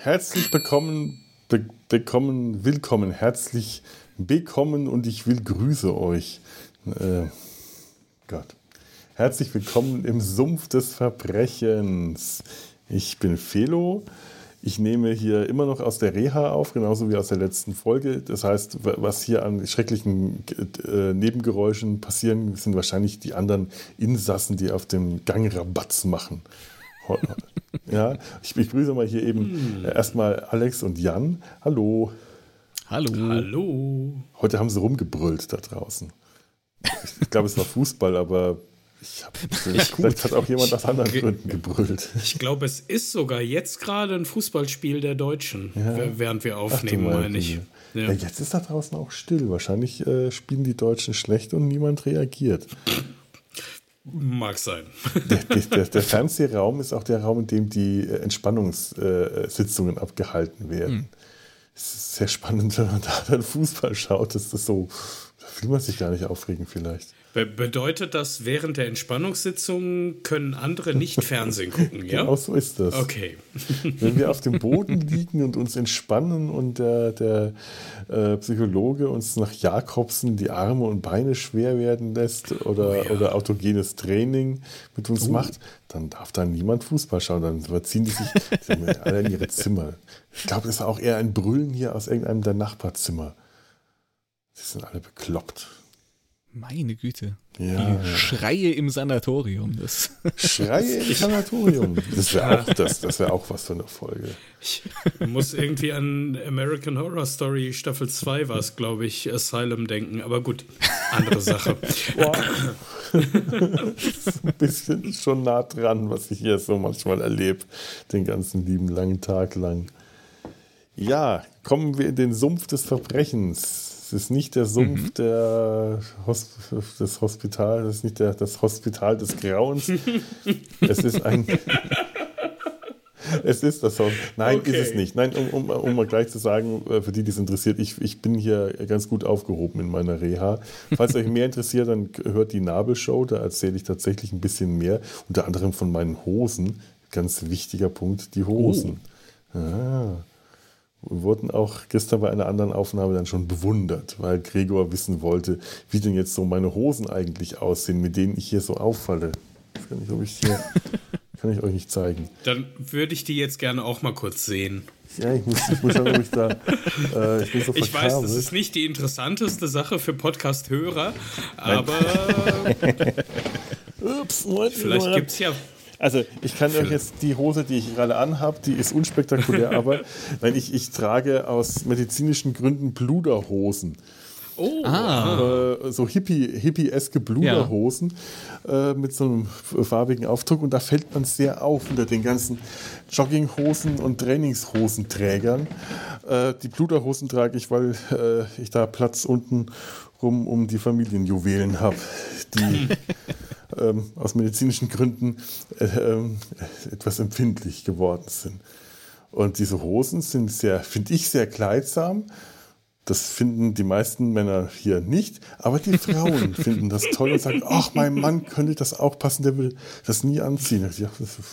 Herzlich willkommen, herzlich willkommen und ich will grüße euch. Gott. Herzlich willkommen im Sumpf des Verbrechens. Ich bin Felo. Ich nehme hier immer noch aus der Reha auf, genauso wie aus der letzten Folge. Das heißt, was hier an schrecklichen Nebengeräuschen passieren, sind wahrscheinlich die anderen Insassen, die auf dem Gang Rabatz machen. Ja, ich grüße mal hier eben erstmal Alex und Jan. Hallo. Hallo. Hallo. Heute haben sie rumgebrüllt da draußen. Ich glaube, es war Fußball, aber vielleicht hat auch jemand aus anderen Gründen gebrüllt. Ich glaube, es ist sogar jetzt gerade ein Fußballspiel der Deutschen, während wir aufnehmen, meine ich. Ja, jetzt ist da draußen auch still. Wahrscheinlich spielen die Deutschen schlecht und niemand reagiert. Mag sein. Der Fernsehraum ist auch der Raum, in dem die Entspannungssitzungen abgehalten werden. Es ist sehr spannend, wenn man da dann Fußball schaut. Da will man sich gar nicht aufregen vielleicht. Bedeutet das, während der Entspannungssitzung können andere nicht Fernsehen gucken, ja? Genau so ist das. Okay. Wenn wir auf dem Boden liegen und uns entspannen und der Psychologe uns nach Jakobsen die Arme und Beine schwer werden lässt oder autogenes Training mit uns macht, dann darf da niemand Fußball schauen. Dann überziehen die sich alle in ihre Zimmer. Ich glaube, das ist auch eher ein Brüllen hier aus irgendeinem der Nachbarzimmer. Sie sind alle bekloppt. Meine Güte. Ja. Die Schreie im Sanatorium. Schreie im Sanatorium. Das wäre auch was für eine Folge. Ich muss irgendwie an American Horror Story Staffel 2 war es, glaube ich, Asylum denken. Aber gut, andere Sache. Wow. Das ist ein bisschen schon nah dran, was ich hier so manchmal erlebe. Den ganzen lieben langen Tag lang. Ja, kommen wir in den Sumpf des Verbrechens. Es ist nicht der Sumpf des Hospitals, es ist nicht das Hospital des Grauens. Es ist das Haus. Nein, okay. Ist es nicht. Nein, um mal gleich zu sagen, für die es interessiert, ich bin hier ganz gut aufgehoben in meiner Reha. Falls euch mehr interessiert, dann hört die Nabelshow, da erzähle ich tatsächlich ein bisschen mehr, unter anderem von meinen Hosen. Ganz wichtiger Punkt, die Hosen. Wir wurden auch gestern bei einer anderen Aufnahme dann schon bewundert, weil Gregor wissen wollte, wie denn jetzt so meine Hosen eigentlich aussehen, mit denen ich hier so auffalle. Das kann ich euch nicht zeigen. Dann würde ich die jetzt gerne auch mal kurz sehen. Ja, ich muss schauen, ob ich da ich bin so Ich weiß, das ist nicht die interessanteste Sache für Podcast-Hörer, aber vielleicht gibt es ja... Also ich kann euch jetzt die Hose, die ich gerade anhabe, die ist unspektakulär, aber ich trage aus medizinischen Gründen Bluderhosen. So hippie-eske Bluderhosen mit so einem farbigen Aufdruck und da fällt man sehr auf unter den ganzen Jogginghosen und Trainingshosenträgern. Die Bluderhosen trage ich, weil ich da Platz unten rum um die Familienjuwelen habe, die aus medizinischen Gründen etwas empfindlich geworden sind. Und diese Hosen sind finde ich, sehr kleidsam. Das finden die meisten Männer hier nicht, aber die Frauen finden das toll und sagen, ach, mein Mann könnte das auch passen, der will das nie anziehen. Ja,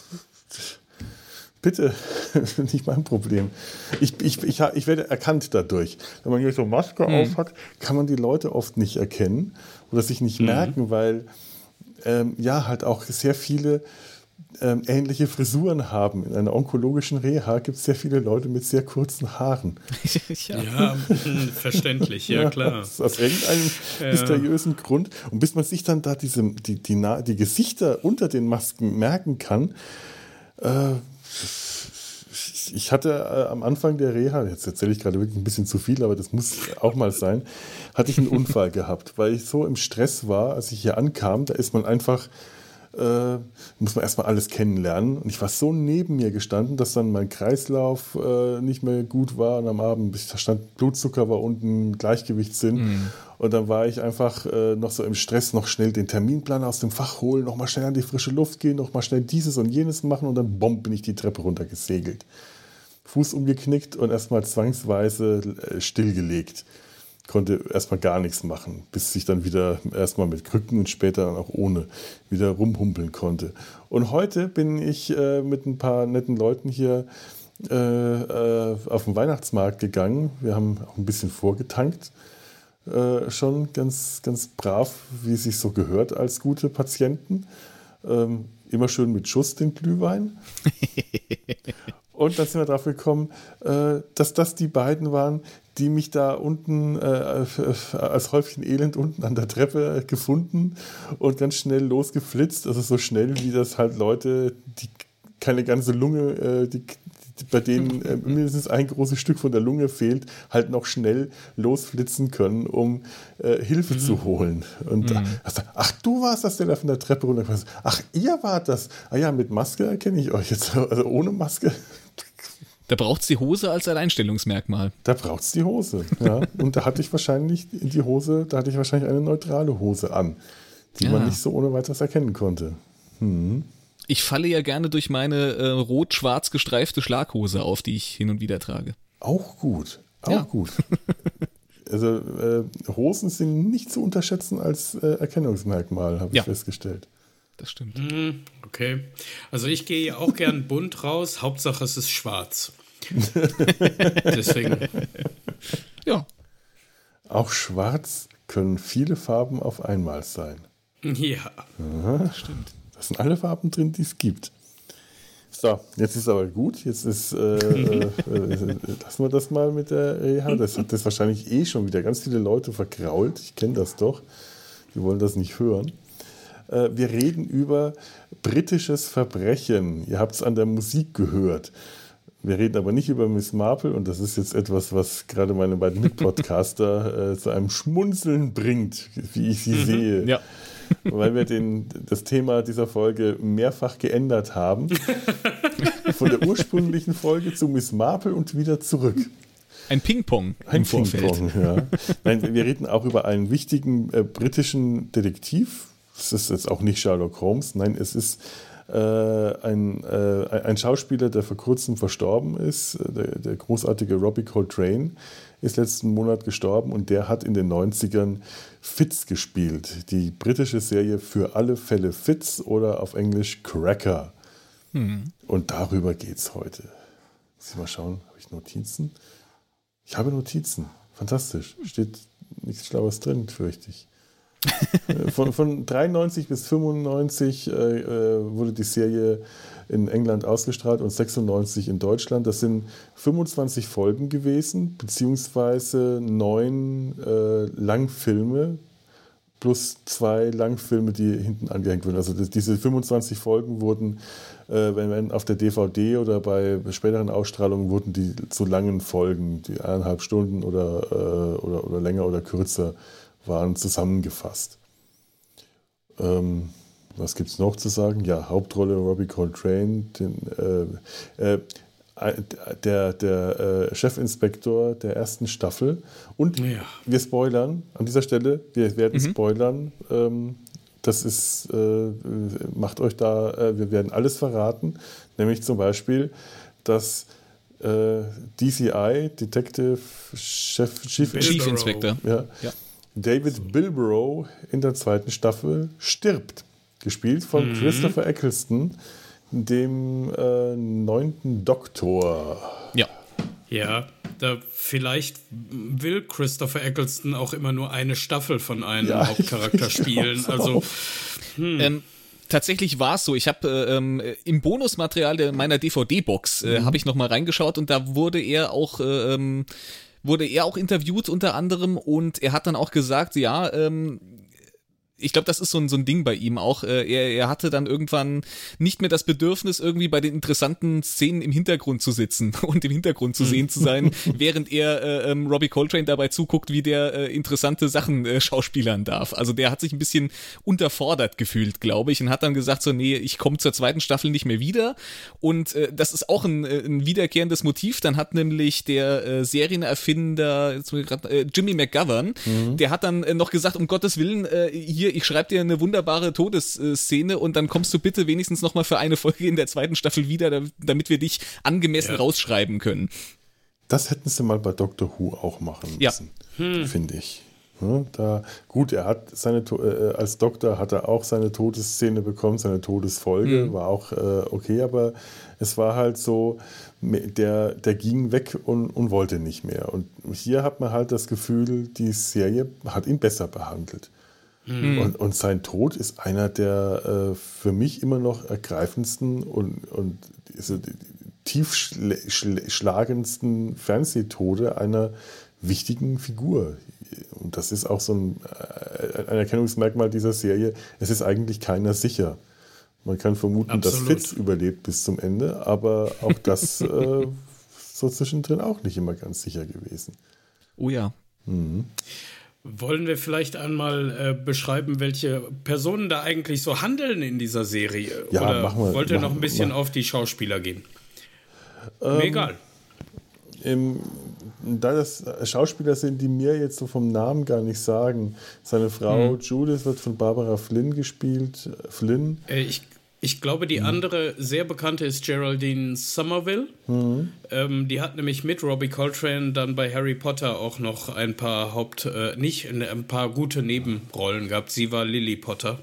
bitte, nicht mein Problem. Ich werde erkannt dadurch. Wenn man hier so Maske auf hat, kann man die Leute oft nicht erkennen oder sich nicht merken, weil halt auch sehr viele ähnliche Frisuren haben. In einer onkologischen Reha gibt es sehr viele Leute mit sehr kurzen Haaren. Ja, verständlich, ja klar. Aus irgendeinem mysteriösen Grund. Und bis man sich dann da die Gesichter unter den Masken merken kann, ich hatte am Anfang der Reha, jetzt erzähle ich gerade wirklich ein bisschen zu viel, aber das muss auch mal sein, hatte ich einen Unfall gehabt, weil ich so im Stress war, als ich hier ankam, da ist man einfach, muss man erstmal alles kennenlernen und ich war so neben mir gestanden, dass dann mein Kreislauf nicht mehr gut war und am Abend, da stand Blutzucker war unten, Gleichgewichtssinn und dann war ich einfach noch so im Stress, noch schnell den Terminplan aus dem Fach holen, noch mal schnell an die frische Luft gehen, noch mal schnell dieses und jenes machen und dann bin ich die Treppe runtergesegelt. Fuß umgeknickt und erstmal zwangsweise stillgelegt. Konnte erstmal gar nichts machen, bis ich dann wieder erstmal mit Krücken und später dann auch ohne wieder rumhumpeln konnte. Und heute bin ich mit ein paar netten Leuten hier auf den Weihnachtsmarkt gegangen. Wir haben auch ein bisschen vorgetankt. Schon ganz, ganz brav, wie es sich so gehört als gute Patienten. Immer schön mit Schuss den Glühwein. Und dann sind wir drauf gekommen, dass das die beiden waren, die mich da unten als Häufchen Elend unten an der Treppe gefunden und ganz schnell losgeflitzt. Also so schnell, wie das halt Leute, die keine ganze Lunge, bei denen mindestens ein großes Stück von der Lunge fehlt, halt noch schnell losflitzen können, um Hilfe zu holen. Und ach, du warst das, der da von der Treppe runtergekommen ist. Ach, ihr wart das. Ah ja, mit Maske erkenne ich euch jetzt. Also ohne Maske. Da braucht es die Hose als Alleinstellungsmerkmal. Da braucht es die Hose, ja. Und da hatte ich wahrscheinlich eine neutrale Hose an, die man nicht so ohne weiteres erkennen konnte. Ich falle ja gerne durch meine rot-schwarz gestreifte Schlaghose auf, die ich hin und wieder trage. Auch gut, gut. Also Hosen sind nicht zu unterschätzen als Erkennungsmerkmal, habe ich festgestellt. Das stimmt. Okay. Also ich gehe auch gern bunt raus. Hauptsache es ist schwarz. Deswegen. Ja. Auch schwarz können viele Farben auf einmal sein. Ja. Aha. Stimmt. Das sind alle Farben drin, die es gibt. So, jetzt ist aber gut. Jetzt ist lassen wir das mal mit der Reha. Das hat das wahrscheinlich schon wieder ganz viele Leute vergrault. Ich kenne das doch. Die wollen das nicht hören. Wir reden über britisches Verbrechen. Ihr habt es an der Musik gehört. Wir reden aber nicht über Miss Marple und das ist jetzt etwas, was gerade meine beiden Mitpodcaster zu einem Schmunzeln bringt, wie ich sie sehe. Ja. Weil wir das Thema dieser Folge mehrfach geändert haben. Von der ursprünglichen Folge zu Miss Marple und wieder zurück. Ein Ping-Pong im Vorfeld. Ping-Pong, ja. Nein, wir reden auch über einen wichtigen britischen Detektiv. Es ist jetzt auch nicht Sherlock Holmes. Nein, es ist ein Schauspieler, der vor kurzem verstorben ist. Der großartige Robbie Coltrane ist letzten Monat gestorben und der hat in den 90ern Fitz gespielt. Die britische Serie Für alle Fälle Fitz oder auf Englisch Cracker. Und darüber geht's heute. Muss ich mal schauen, habe ich Notizen? Ich habe Notizen. Fantastisch. Steht nichts Schlaues drin, fürchte ich. Von 93 bis 95 wurde die Serie in England ausgestrahlt und 96 in Deutschland. Das sind 25 Folgen gewesen, beziehungsweise 9 Langfilme plus 2 Langfilme, die hinten angehängt wurden. Also diese 25 Folgen wurden, wenn auf der DVD oder bei späteren Ausstrahlungen, wurden die zu langen Folgen, die 1,5 Stunden oder länger oder kürzer waren, zusammengefasst. Was gibt es noch zu sagen? Ja, Hauptrolle Robbie Coltrane, der Chefinspektor der ersten Staffel. Und wir spoilern an dieser Stelle, wir werden spoilern. Das ist, macht euch da, wir werden alles verraten, nämlich zum Beispiel, dass DCI, Detective Chief Inspector. Ja. David Bilbrough in der 2. Staffel stirbt. Gespielt von Christopher Eccleston, dem 9. Doktor. Ja. Ja, vielleicht will Christopher Eccleston auch immer nur eine Staffel von einem Hauptcharakter spielen. Also tatsächlich war es so. Ich habe im Bonusmaterial meiner DVD-Box habe ich noch mal reingeschaut und da wurde er auch interviewt unter anderem und er hat dann auch gesagt, ich glaube, das ist so ein Ding bei ihm auch. Er hatte dann irgendwann nicht mehr das Bedürfnis, irgendwie bei den interessanten Szenen im Hintergrund zu sitzen und im Hintergrund zu sehen zu sein, während er Robbie Coltrane dabei zuguckt, wie der interessante Sachen schauspielern darf. Also der hat sich ein bisschen unterfordert gefühlt, glaube ich, und hat dann gesagt so, nee, ich komme zur 2. Staffel nicht mehr wieder. Und das ist auch ein wiederkehrendes Motiv. Dann hat nämlich der Serienerfinder Jimmy McGovern, der hat dann noch gesagt, um Gottes Willen, hier, ich schreibe dir eine wunderbare Todesszene und dann kommst du bitte wenigstens nochmal für eine Folge in der 2. Staffel wieder, damit wir dich angemessen rausschreiben können. Das hätten sie mal bei Doctor Who auch machen müssen, finde ich. Gut, er hat als Doktor hat er auch seine Todesszene bekommen, seine Todesfolge, war auch okay, aber es war halt so, der ging weg und wollte nicht mehr. Und hier hat man halt das Gefühl, die Serie hat ihn besser behandelt. Und sein Tod ist einer der für mich immer noch ergreifendsten und tiefschlagendsten Fernsehtode einer wichtigen Figur. Und das ist auch so ein Erkennungsmerkmal dieser Serie. Es ist eigentlich keiner sicher. Man kann vermuten, dass Fitz überlebt bis zum Ende, aber auch das so zwischendrin auch nicht immer ganz sicher gewesen. Oh ja. Wollen wir vielleicht einmal beschreiben, welche Personen da eigentlich so handeln in dieser Serie? Ja, oder machen wir. Wollt ihr noch ein bisschen auf die Schauspieler gehen? Mir egal. Da das Schauspieler sind, die mir jetzt so vom Namen gar nicht sagen. Seine Frau Judith wird von Barbara Flynn gespielt. Ich glaube, die andere sehr bekannte ist Geraldine Somerville. Die hat nämlich mit Robbie Coltrane dann bei Harry Potter auch noch ein paar ein paar gute Nebenrollen gehabt. Sie war Lily Potter.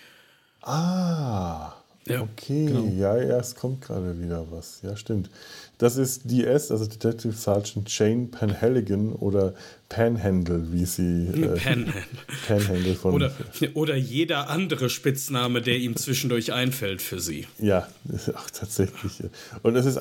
Ja, okay. Genau. Ja, es kommt gerade wieder was. Ja, stimmt. Das ist DS, also Detective Sergeant Jane Penhaligon oder Panhandle, wie sie Panhandle von... Oder jeder andere Spitzname, der ihm zwischendurch einfällt für sie. Ja, ach, tatsächlich. Und es ist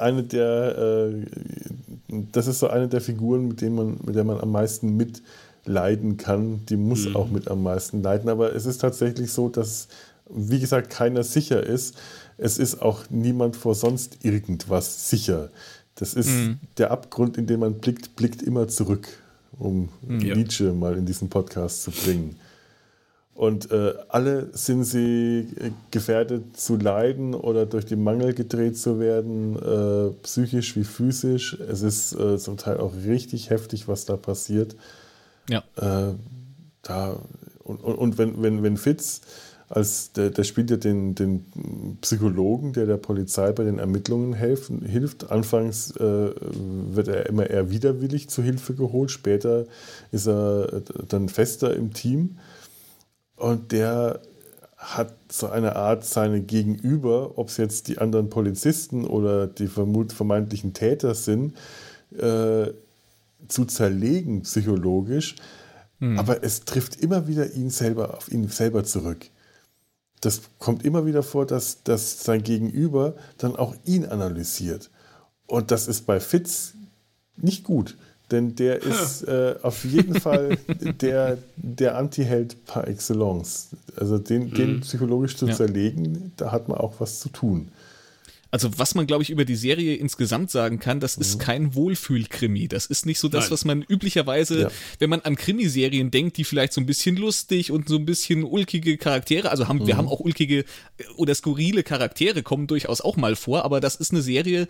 das ist so eine der Figuren, mit der man am meisten mitleiden kann. Die muss auch mit am meisten leiden. Aber es ist tatsächlich so, dass, wie gesagt, keiner sicher ist. Es ist auch niemand vor sonst irgendwas sicher. Das ist der Abgrund, in den man blickt immer zurück, um Nietzsche mal in diesen Podcast zu bringen. Und alle sind sie gefährdet zu leiden oder durch den Mangel gedreht zu werden, psychisch wie physisch. Es ist zum Teil auch richtig heftig, was da passiert. Ja. Und wenn Fitz, der spielt ja den Psychologen, der Polizei bei den Ermittlungen hilft. Anfangs wird er immer eher widerwillig zur Hilfe geholt, später ist er dann fester im Team. Und der hat so eine Art, seine Gegenüber, ob es jetzt die anderen Polizisten oder die vermeintlichen Täter sind, zu zerlegen psychologisch. Aber es trifft immer wieder auf ihn selber zurück. Das kommt immer wieder vor, dass sein Gegenüber dann auch ihn analysiert. Und das ist bei Fitz nicht gut. Denn der ist auf jeden Fall der Anti-Held par excellence. Also den psychologisch zu zerlegen, da hat man auch was zu tun. Also was man, glaube ich, über die Serie insgesamt sagen kann, das ist kein Wohlfühl-Krimi. Das ist nicht so das, was man üblicherweise, wenn man an Krimiserien denkt, die vielleicht so ein bisschen lustig und so ein bisschen ulkige Charaktere, also wir haben auch ulkige oder skurrile Charaktere, kommen durchaus auch mal vor, aber das ist eine Serie,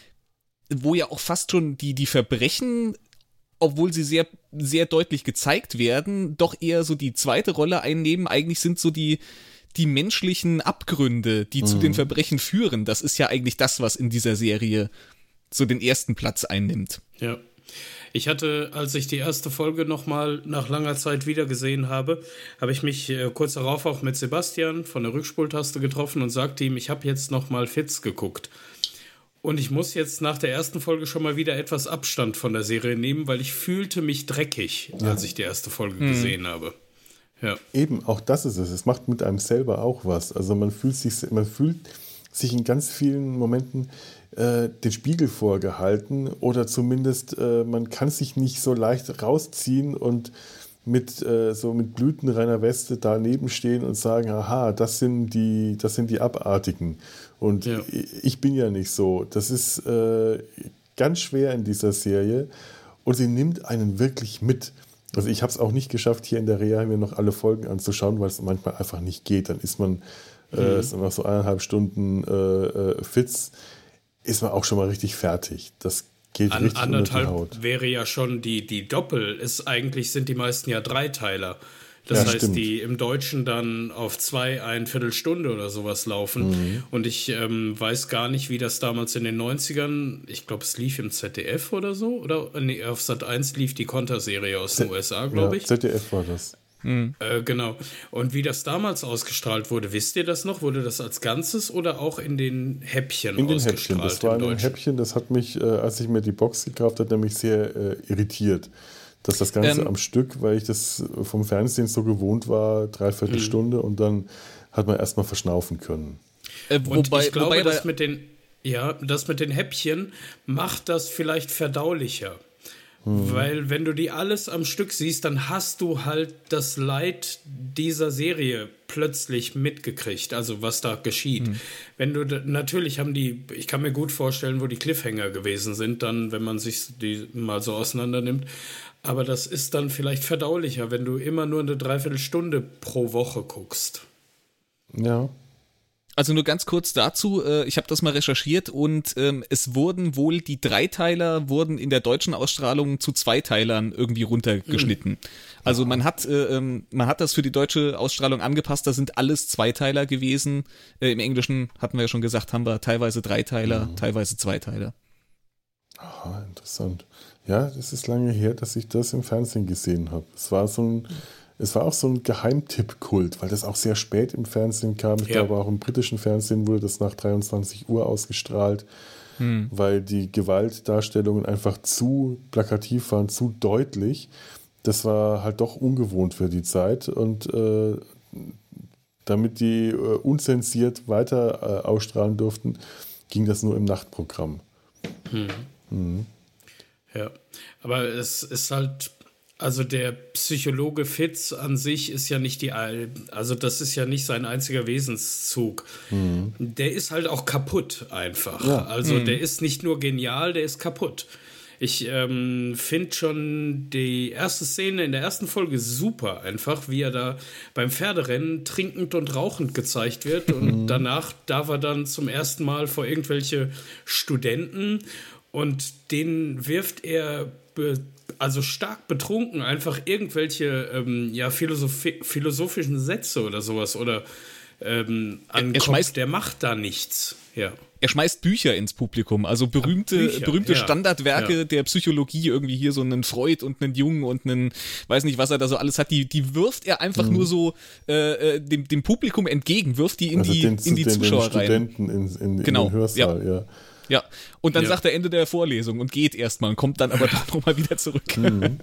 wo ja auch fast schon die Verbrechen, obwohl sie sehr, sehr deutlich gezeigt werden, doch eher so die zweite Rolle einnehmen. Eigentlich sind so die menschlichen Abgründe, die zu den Verbrechen führen, das ist ja eigentlich das, was in dieser Serie so den ersten Platz einnimmt. Ja. Ich hatte, als ich die erste Folge nochmal nach langer Zeit wiedergesehen habe ich mich kurz darauf auch mit Sebastian von der Rückspultaste getroffen und sagte ihm, ich habe jetzt nochmal Fitz geguckt. Und ich muss jetzt nach der ersten Folge schon mal wieder etwas Abstand von der Serie nehmen, weil ich fühlte mich dreckig, als ich die erste Folge gesehen habe. Ja. Eben, auch das ist es. Es macht mit einem selber auch was. Also man fühlt sich in ganz vielen Momenten den Spiegel vorgehalten oder zumindest man kann sich nicht so leicht rausziehen und mit blütenreiner Weste daneben stehen und sagen, aha, das sind die Abartigen. Und ich bin ja nicht so. Das ist ganz schwer in dieser Serie und sie nimmt einen wirklich mit. Also ich habe es auch nicht geschafft, hier in der Reha mir noch alle Folgen anzuschauen, weil es manchmal einfach nicht geht. Dann ist man nach so 1,5 Stunden Fitz, ist man auch schon mal richtig fertig. Das geht richtig unter die Haut. Wäre ja schon die Doppel. Eigentlich sind die meisten ja Dreiteiler. Das heißt, die im Deutschen dann auf 2,25 Stunde oder sowas laufen. Und ich weiß gar nicht, wie das damals in den 90ern, ich glaube, es lief im ZDF oder so, oder nee, auf Sat.1 lief die Konterserie aus den USA, glaube ich. ZDF war das. Genau. Und wie das damals ausgestrahlt wurde, wisst ihr das noch? Wurde das als Ganzes oder auch in den Häppchen in den ausgestrahlt? Häppchen. Das war ein Häppchen, das hat mich, als ich mir die Box gekauft habe, nämlich sehr irritiert. Dass das Ganze am Stück, weil ich das vom Fernsehen so gewohnt war, 3/4 Stunde und dann hat man erstmal verschnaufen können. Und ich glaube, das mit den Häppchen macht das vielleicht verdaulicher. Weil wenn du die alles am Stück siehst, dann hast du halt das Leid dieser Serie plötzlich mitgekriegt, also was da geschieht. Wenn du natürlich ich kann mir gut vorstellen, wo die Cliffhanger gewesen sind, dann, wenn man sich die mal so auseinander nimmt. Aber das ist dann vielleicht verdaulicher, wenn du immer nur eine 3/4 Stunde pro Woche guckst. Ja. Also nur ganz kurz dazu, ich habe das mal recherchiert und es wurden wohl, die Dreiteiler wurden in der deutschen Ausstrahlung zu Zweiteilern irgendwie runtergeschnitten. Also man hat das für die deutsche Ausstrahlung angepasst, da sind alles Zweiteiler gewesen. Im Englischen, hatten wir ja schon gesagt, haben wir teilweise Dreiteiler, teilweise Zweiteiler. Aha, interessant. Ja, das ist lange her, dass ich das im Fernsehen gesehen habe. Es war auch so ein Geheimtipp-Kult, weil das auch sehr spät im Fernsehen kam. Ich glaube, auch im britischen Fernsehen wurde das nach 23 Uhr ausgestrahlt, weil die Gewaltdarstellungen einfach zu plakativ waren, zu deutlich. Das war halt doch ungewohnt für die Zeit und damit die unzensiert weiter ausstrahlen durften, ging das nur im Nachtprogramm. Ja, aber es ist halt, also der Psychologe Fitz an sich ist ja nicht also das ist ja nicht sein einziger Wesenszug. Der ist halt auch kaputt einfach. Ja. Also der ist nicht nur genial, der ist kaputt. Ich finde schon die erste Szene in der ersten Folge super einfach, wie er da beim Pferderennen trinkend und rauchend gezeigt wird und danach darf er dann zum ersten Mal vor irgendwelche Studenten und denen wirft er also stark betrunken einfach irgendwelche philosophischen Sätze oder sowas oder an Kopf, der macht da nichts. Ja. Er schmeißt Bücher ins Publikum, also berühmte Standardwerke der Psychologie, irgendwie hier so einen Freud und einen Jung und einen, weiß nicht, was er da so alles hat, die wirft er einfach nur so dem Publikum entgegen, wirft die in die Zuschauer rein. Den Studenten in den Hörsaal, Ja, und dann sagt er Ende der Vorlesung und geht erstmal und kommt dann aber doch nochmal wieder zurück.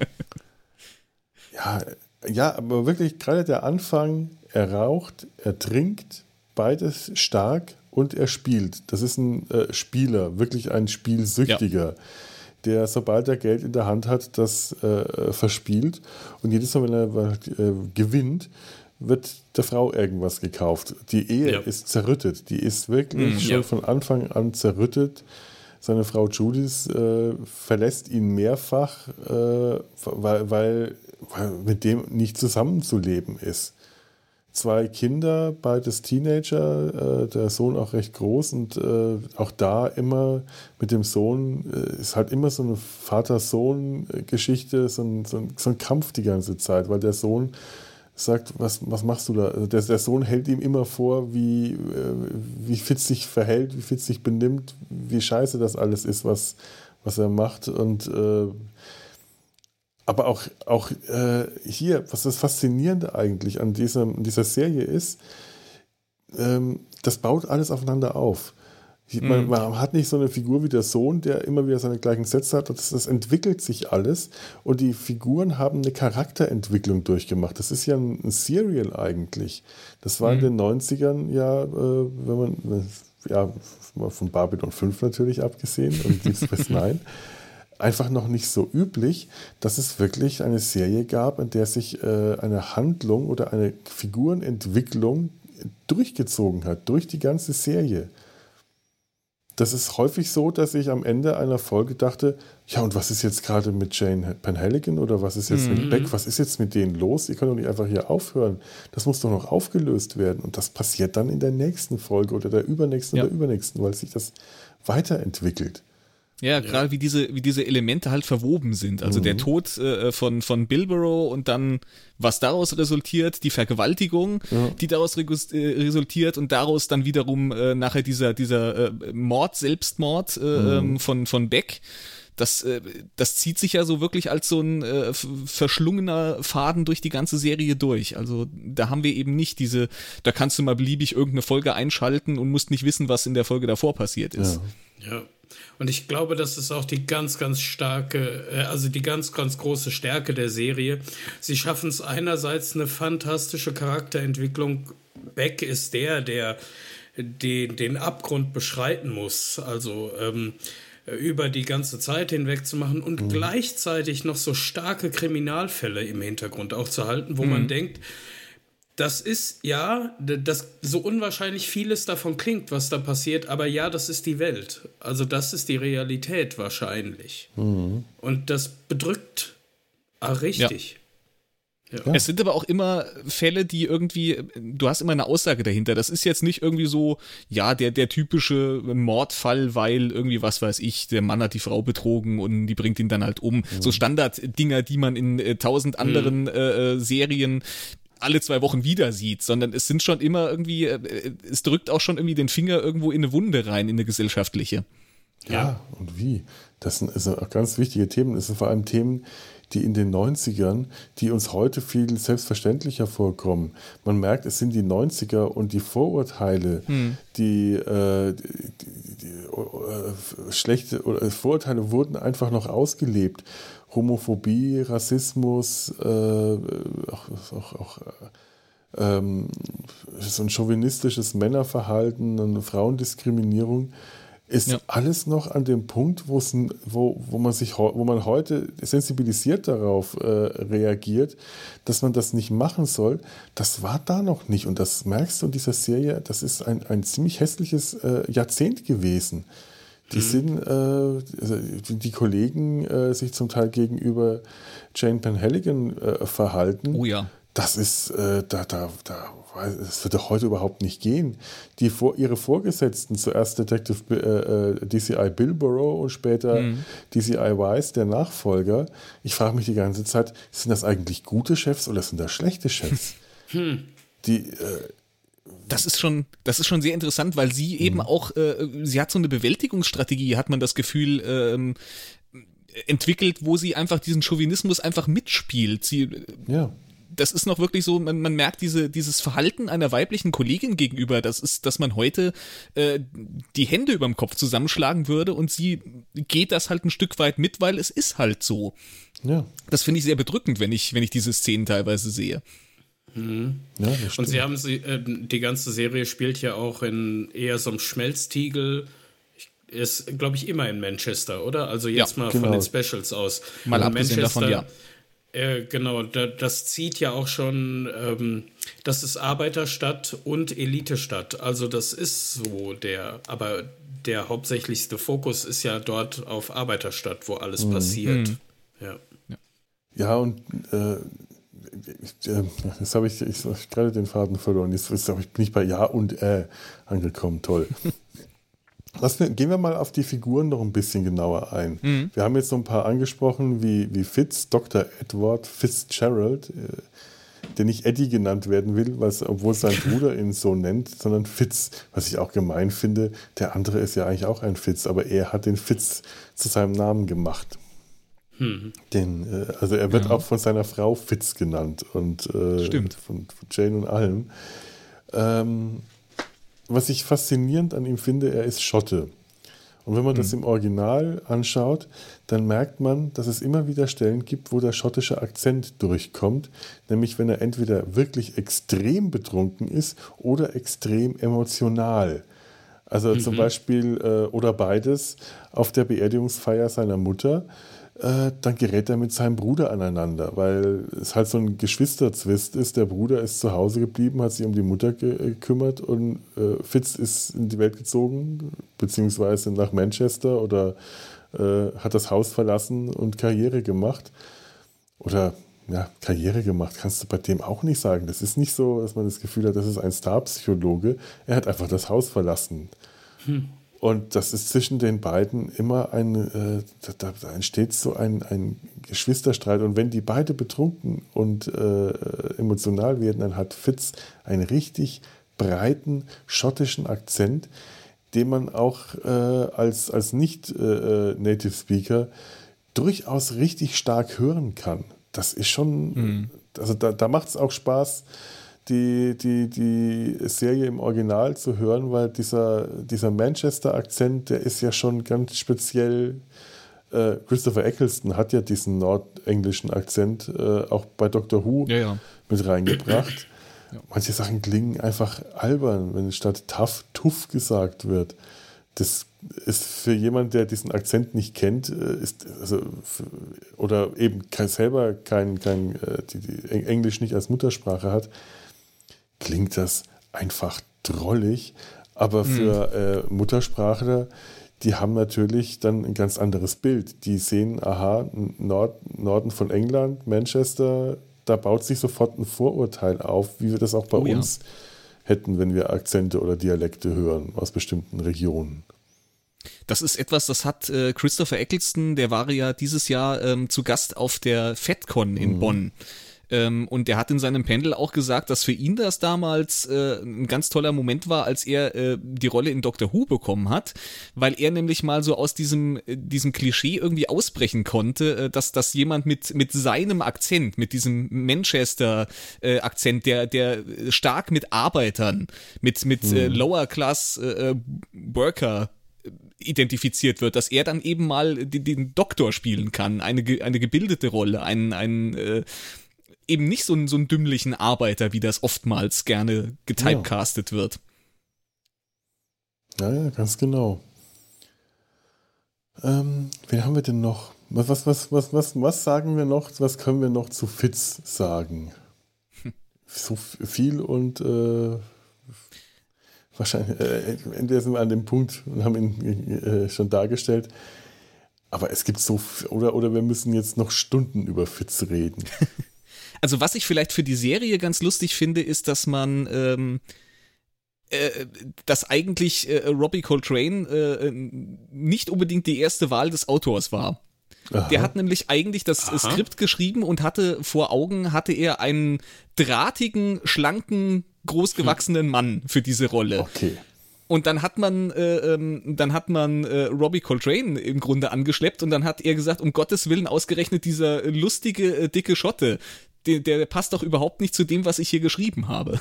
Ja, aber wirklich gerade der Anfang, er raucht, er trinkt, beides stark und er spielt. Das ist ein Spieler, wirklich ein Spielsüchtiger, der, sobald er Geld in der Hand hat, das verspielt. Und jedes Mal, wenn er gewinnt, wird der Frau irgendwas gekauft. Die Ehe ist zerrüttet. Die ist wirklich schon von Anfang an zerrüttet. Seine Frau Judith verlässt ihn mehrfach, weil mit dem nicht zusammenzuleben ist. 2 Kinder, beides Teenager, der Sohn auch recht groß und auch da immer mit dem Sohn ist halt immer so eine Vater-Sohn-Geschichte, so ein Kampf die ganze Zeit, weil der Sohn sagt, was machst du da? Also der Sohn hält ihm immer vor, wie Fitz sich verhält, wie Fitz sich benimmt, wie scheiße das alles ist, was er macht. Und aber auch hier, was das Faszinierende eigentlich an dieser Serie ist, das baut alles aufeinander auf. Man hat nicht so eine Figur wie der Sohn, der immer wieder seine gleichen Sätze hat. Das entwickelt sich alles und die Figuren haben eine Charakterentwicklung durchgemacht. Das ist ja ein Serial eigentlich. Das war in den 90ern wenn man von Babylon 5 natürlich abgesehen und Deep Space Nine, einfach noch nicht so üblich, dass es wirklich eine Serie gab, in der sich eine Handlung oder eine Figurenentwicklung durchgezogen hat, durch die ganze Serie. Das ist häufig so, dass ich am Ende einer Folge dachte, ja, und was ist jetzt gerade mit Jane Penhaligon oder was ist jetzt mit Beck, was ist jetzt mit denen los? Die können doch nicht einfach hier aufhören. Das muss doch noch aufgelöst werden. Und das passiert dann in der nächsten Folge oder der übernächsten oder übernächsten, weil sich das weiterentwickelt. Ja, gerade wie diese Elemente halt verwoben sind. Also der Tod von Bilborough und dann, was daraus resultiert, die Vergewaltigung, die daraus resultiert und daraus dann wiederum nachher dieser Selbstmord von Beck. Das zieht sich ja so wirklich als so ein verschlungener Faden durch die ganze Serie durch. Also da haben wir eben nicht da kannst du mal beliebig irgendeine Folge einschalten und musst nicht wissen, was in der Folge davor passiert ist. Ja. Und ich glaube, das ist auch die ganz, ganz starke, also die ganz, ganz große Stärke der Serie. Sie schaffen es einerseits eine fantastische Charakterentwicklung. Beck ist der den Abgrund beschreiten muss, also über die ganze Zeit hinweg zu machen und gleichzeitig noch so starke Kriminalfälle im Hintergrund auch zu halten, wo man denkt, das ist, das so unwahrscheinlich vieles davon klingt, was da passiert, aber ja, das ist die Welt. Also das ist die Realität wahrscheinlich. Und das bedrückt richtig. Ja. Es sind aber auch immer Fälle, die irgendwie, du hast immer eine Aussage dahinter. Das ist jetzt nicht irgendwie so, ja, der typische Mordfall, weil irgendwie, was weiß ich, der Mann hat die Frau betrogen und die bringt ihn dann halt um. So Standarddinger, die man in 1000 anderen Serien alle 2 Wochen wieder sieht, sondern es sind schon immer irgendwie, es drückt auch schon irgendwie den Finger irgendwo in eine Wunde rein, in eine gesellschaftliche. Ja, und wie? Das sind also auch ganz wichtige Themen. Es sind vor allem Themen, die in den 90ern, die uns heute viel selbstverständlicher vorkommen. Man merkt, es sind die 90er und die Vorurteile, die schlechte Vorurteile wurden einfach noch ausgelebt. Homophobie, Rassismus, auch so ein chauvinistisches Männerverhalten, eine Frauendiskriminierung, ist alles noch an dem Punkt, wo man heute sensibilisiert darauf reagiert, dass man das nicht machen soll. Das war da noch nicht. Und das merkst du in dieser Serie, das ist ein ziemlich hässliches Jahrzehnt gewesen. Die Kollegen sich zum Teil gegenüber Jane Penhaligon verhalten. Oh ja. Das ist, das wird doch heute überhaupt nicht gehen. Ihre Vorgesetzten, zuerst Detective DCI Bilborough und später DCI Wise, der Nachfolger. Ich frage mich die ganze Zeit, sind das eigentlich gute Chefs oder sind das schlechte Chefs? Das ist schon sehr interessant, weil sie eben auch, sie hat so eine Bewältigungsstrategie, hat man das Gefühl, entwickelt, wo sie einfach diesen Chauvinismus einfach mitspielt. Das ist noch wirklich so, man merkt dieses Verhalten einer weiblichen Kollegin gegenüber, dass man heute die Hände überm Kopf zusammenschlagen würde und sie geht das halt ein Stück weit mit, weil es ist halt so. Ja. Das finde ich sehr bedrückend, wenn ich diese Szenen teilweise sehe. Ja, und sie haben die ganze Serie spielt ja auch in eher so einem Schmelztiegel. Ist, glaube ich, immer in Manchester, oder? Also jetzt mal von den Specials aus. Mal abgesehen davon, ja. Genau, das zieht ja auch schon, das ist Arbeiterstadt und Elitestadt. Also das ist so aber der hauptsächlichste Fokus ist ja dort auf Arbeiterstadt, wo alles passiert. Ja, und jetzt habe ich gerade den Faden verloren. Jetzt bin ich bei Ja und angekommen. Toll. Gehen wir mal auf die Figuren noch ein bisschen genauer ein. Wir haben jetzt so ein paar angesprochen, wie Fitz, Dr. Edward Fitzgerald, der nicht Eddie genannt werden will, obwohl sein Bruder ihn so nennt, sondern Fitz, was ich auch gemein finde. Der andere ist ja eigentlich auch ein Fitz, aber er hat den Fitz zu seinem Namen gemacht. Also er wird auch von seiner Frau Fitz genannt und von Jane und allem. Was ich faszinierend an ihm finde, er ist Schotte. Und wenn man das im Original anschaut, dann merkt man, dass es immer wieder Stellen gibt, wo der schottische Akzent durchkommt, nämlich wenn er entweder wirklich extrem betrunken ist oder extrem emotional. Also zum Beispiel, oder beides, auf der Beerdigungsfeier seiner Mutter, dann gerät er mit seinem Bruder aneinander, weil es halt so ein Geschwisterzwist ist. Der Bruder ist zu Hause geblieben, hat sich um die Mutter gekümmert und Fitz ist in die Welt gezogen, beziehungsweise nach Manchester oder hat das Haus verlassen und Karriere gemacht. Oder Karriere gemacht kannst du bei dem auch nicht sagen. Das ist nicht so, dass man das Gefühl hat, das ist ein Starpsychologe. Er hat einfach das Haus verlassen. Und das ist zwischen den beiden immer da entsteht so ein Geschwisterstreit. Und wenn die beide betrunken und emotional werden, dann hat Fitz einen richtig breiten schottischen Akzent, den man auch als Nicht-Native Speaker durchaus richtig stark hören kann. Das ist schon, also da macht es auch Spaß, die Serie im Original zu hören, weil dieser Manchester-Akzent, der ist ja schon ganz speziell. Christopher Eccleston hat ja diesen nordenglischen Akzent auch bei Doctor Who mit reingebracht. Ja. Manche Sachen klingen einfach albern, wenn statt tuff gesagt wird. Das ist für jemanden, der diesen Akzent nicht kennt, oder eben selber die Englisch nicht als Muttersprache hat, klingt das einfach drollig. Aber für Muttersprachler, die haben natürlich dann ein ganz anderes Bild. Die sehen, aha, Norden von England, Manchester, da baut sich sofort ein Vorurteil auf, wie wir das auch bei uns hätten, wenn wir Akzente oder Dialekte hören aus bestimmten Regionen. Das ist etwas, das hat Christopher Eccleston, der war ja dieses Jahr zu Gast auf der FedCon in Bonn. Und der hat in seinem Panel auch gesagt, dass für ihn das damals ein ganz toller Moment war, als er die Rolle in Doctor Who bekommen hat, weil er nämlich mal so aus diesem Klischee irgendwie ausbrechen konnte, dass jemand mit seinem Akzent, mit diesem Manchester-Akzent, der stark mit Arbeitern, mit Lower-Class Worker identifiziert wird, dass er dann eben mal den Doktor spielen kann, eine gebildete Rolle, eben nicht so einen dümmlichen Arbeiter, wie das oftmals gerne getypecastet wird. Ja, ganz genau. Wen haben wir denn noch? Was sagen wir noch? Was können wir noch zu Fitz sagen? So viel und wahrscheinlich, entweder sind wir an dem Punkt und haben ihn schon dargestellt, aber es gibt so, oder wir müssen jetzt noch Stunden über Fitz reden. Also was ich vielleicht für die Serie ganz lustig finde, ist, dass man dass eigentlich Robbie Coltrane nicht unbedingt die erste Wahl des Autors war. Aha. Der hat nämlich eigentlich das Skript geschrieben und hatte er einen drahtigen, schlanken, großgewachsenen Mann für diese Rolle. Okay. Und dann hat man Robbie Coltrane im Grunde angeschleppt und dann hat er gesagt, um Gottes Willen, ausgerechnet dieser lustige, dicke Schotte, der passt doch überhaupt nicht zu dem, was ich hier geschrieben habe.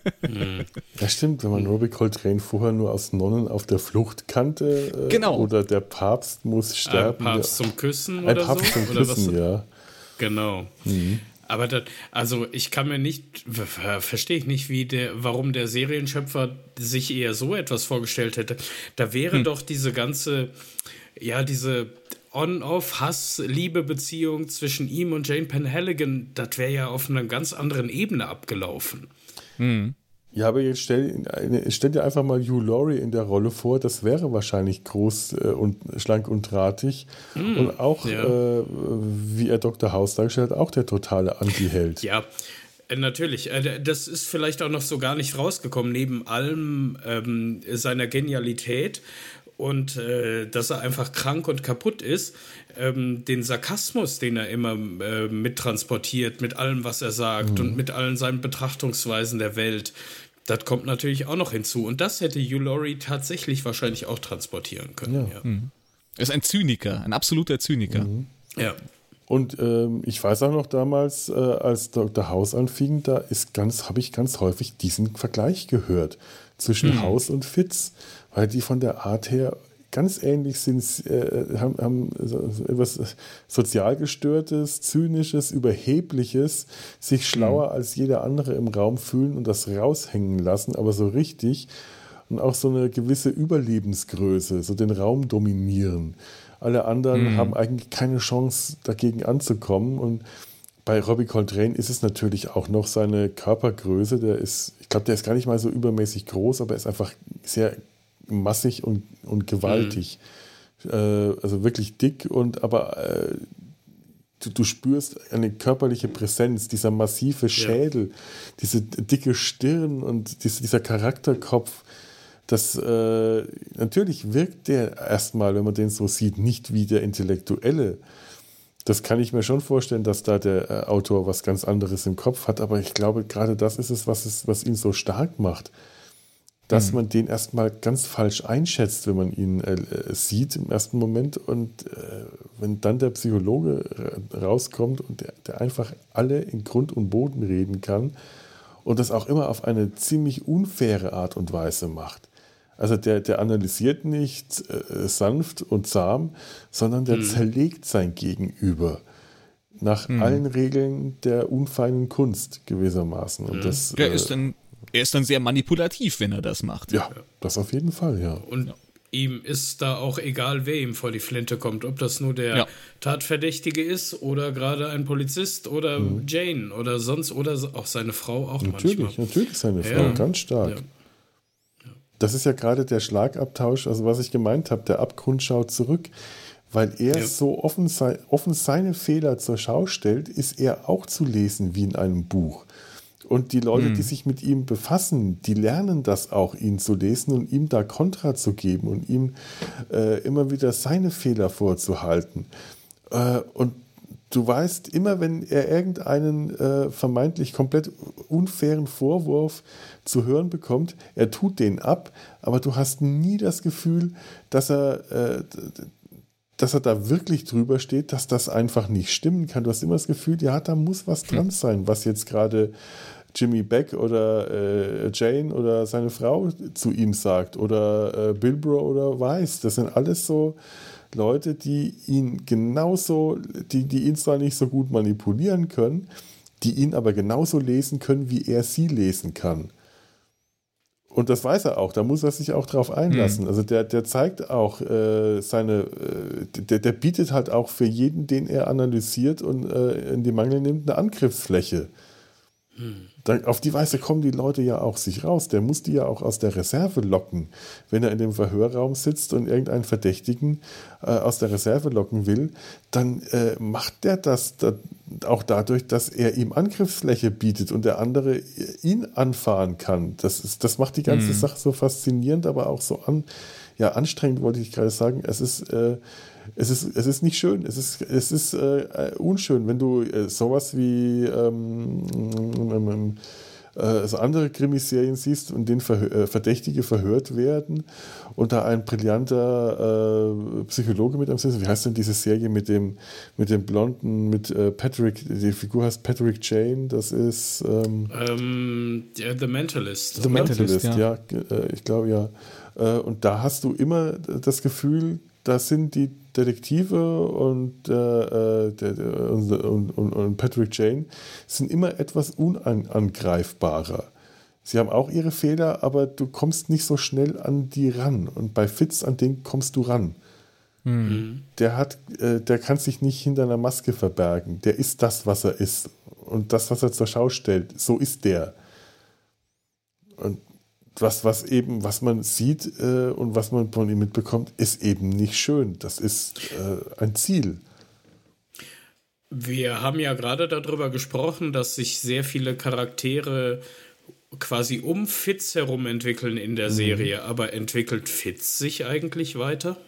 Ja, stimmt, wenn man Robbie Coltrane vorher nur aus Nonnen auf der Flucht kannte. Genau. Oder der Papst muss sterben. Ein Papst zum Küssen oder so. Ein Papst zum Küssen, ja. Genau. Aber ich kann mir nicht, verstehe ich nicht, warum der Serienschöpfer sich eher so etwas vorgestellt hätte. Da wäre doch diese ganze, diese On-Off-Hass-Liebe-Beziehung zwischen ihm und Jane Penhaligon, das wäre ja auf einer ganz anderen Ebene abgelaufen. Ja, aber jetzt stell dir einfach mal Hugh Laurie in der Rolle vor, das wäre wahrscheinlich groß und schlank und drahtig und auch, wie er Dr. House dargestellt hat, auch der totale Anti-Held. Ja, natürlich. Das ist vielleicht auch noch so gar nicht rausgekommen, neben allem seiner Genialität und dass er einfach krank und kaputt ist, den Sarkasmus, den er immer mittransportiert, mit allem, was er sagt und mit allen seinen Betrachtungsweisen der Welt, das kommt natürlich auch noch hinzu. Und das hätte Hugh Laurie tatsächlich wahrscheinlich auch transportieren können. Ja. Er ist ein Zyniker, ein absoluter Zyniker. Ja. Und ich weiß auch noch damals, als Dr. House anfing, habe ich ganz häufig diesen Vergleich gehört zwischen House und Fitz, weil die von der Art her ganz ähnlich sind, haben so etwas sozial gestörtes, zynisches, überhebliches, sich schlauer als jeder andere im Raum fühlen und das raushängen lassen, aber so richtig, und auch so eine gewisse Überlebensgröße, so den Raum dominieren. Alle anderen haben eigentlich keine Chance, dagegen anzukommen. Und bei Robbie Coltrane ist es natürlich auch noch seine Körpergröße. Ich glaube, der ist gar nicht mal so übermäßig groß, aber er ist einfach sehr massig und gewaltig. Also wirklich dick, aber du spürst eine körperliche Präsenz, dieser massive Schädel, diese dicke Stirn und dieser Charakterkopf. Das natürlich wirkt der erstmal, wenn man den so sieht, nicht wie der Intellektuelle. Das kann ich mir schon vorstellen, dass da der Autor was ganz anderes im Kopf hat, aber ich glaube, gerade das ist es, was ihn so stark macht. Dass man den erstmal ganz falsch einschätzt, wenn man ihn sieht im ersten Moment und wenn dann der Psychologe rauskommt und der einfach alle in Grund und Boden reden kann und das auch immer auf eine ziemlich unfaire Art und Weise macht. Also der analysiert nicht sanft und zahm, sondern der zerlegt sein Gegenüber nach allen Regeln der unfeinen Kunst gewissermaßen. Und das, er ist dann sehr manipulativ, wenn er das macht. Ja, das auf jeden Fall, ja. Und ihm ist da auch egal, wer ihm vor die Flinte kommt, ob das nur der Tatverdächtige ist oder gerade ein Polizist oder Jane oder sonst oder auch seine Frau auch manchmal. Natürlich seine Frau, ganz stark. Ja. Das ist ja gerade der Schlagabtausch, also was ich gemeint habe, der Abgrund schaut zurück, weil er so offen seine Fehler zur Schau stellt, ist er auch zu lesen wie in einem Buch. Und die Leute, die sich mit ihm befassen, die lernen das auch, ihn zu lesen und ihm da Kontra zu geben und ihm immer wieder seine Fehler vorzuhalten. Und du weißt, immer wenn er irgendeinen vermeintlich komplett unfairen Vorwurf zu hören bekommt, er tut den ab, aber du hast nie das Gefühl, dass er da wirklich drüber steht, dass das einfach nicht stimmen kann. Du hast immer das Gefühl, ja, da muss was dran sein, was jetzt gerade Jimmy Beck oder Jane oder seine Frau zu ihm sagt oder Bilbro oder Weiss. Das sind alles so Leute, die ihn genauso, die ihn zwar nicht so gut manipulieren können, die ihn aber genauso lesen können, wie er sie lesen kann. Und das weiß er auch, da muss er sich auch drauf einlassen. Also der zeigt auch der bietet halt auch für jeden, den er analysiert und in die Mangel nimmt, eine Angriffsfläche. Auf die Weise kommen die Leute ja auch sich raus. Der muss die ja auch aus der Reserve locken. Wenn er in dem Verhörraum sitzt und irgendeinen Verdächtigen aus der Reserve locken will, dann macht der das auch dadurch, dass er ihm Angriffsfläche bietet und der andere ihn anfahren kann. Das macht die ganze Sache so faszinierend, aber auch so anstrengend, wollte ich gerade sagen. Es ist nicht schön, es ist unschön, wenn du sowas wie so andere Krimiserien siehst, in denen Verdächtige verhört werden und da ein brillanter Psychologe mit am Sitz. Wie heißt denn diese Serie mit dem Blonden, mit Patrick, die Figur heißt Patrick Jane, das ist The Mentalist. The Mentalist, ja, ich glaube ja. Und da hast du immer das Gefühl, da sind die Detektive und Patrick Jane sind immer etwas unangreifbarer. Sie haben auch ihre Fehler, aber du kommst nicht so schnell an die ran. Und bei Fitz, an den kommst du ran. Der kann sich nicht hinter einer Maske verbergen. Der ist das, was er ist. Und das, was er zur Schau stellt, so ist der. Und was man sieht und was man von ihm mitbekommt, ist eben nicht schön. Das ist ein Ziel. Wir haben ja gerade darüber gesprochen, dass sich sehr viele Charaktere quasi um Fitz herum entwickeln in der Serie. Aber entwickelt Fitz sich eigentlich weiter?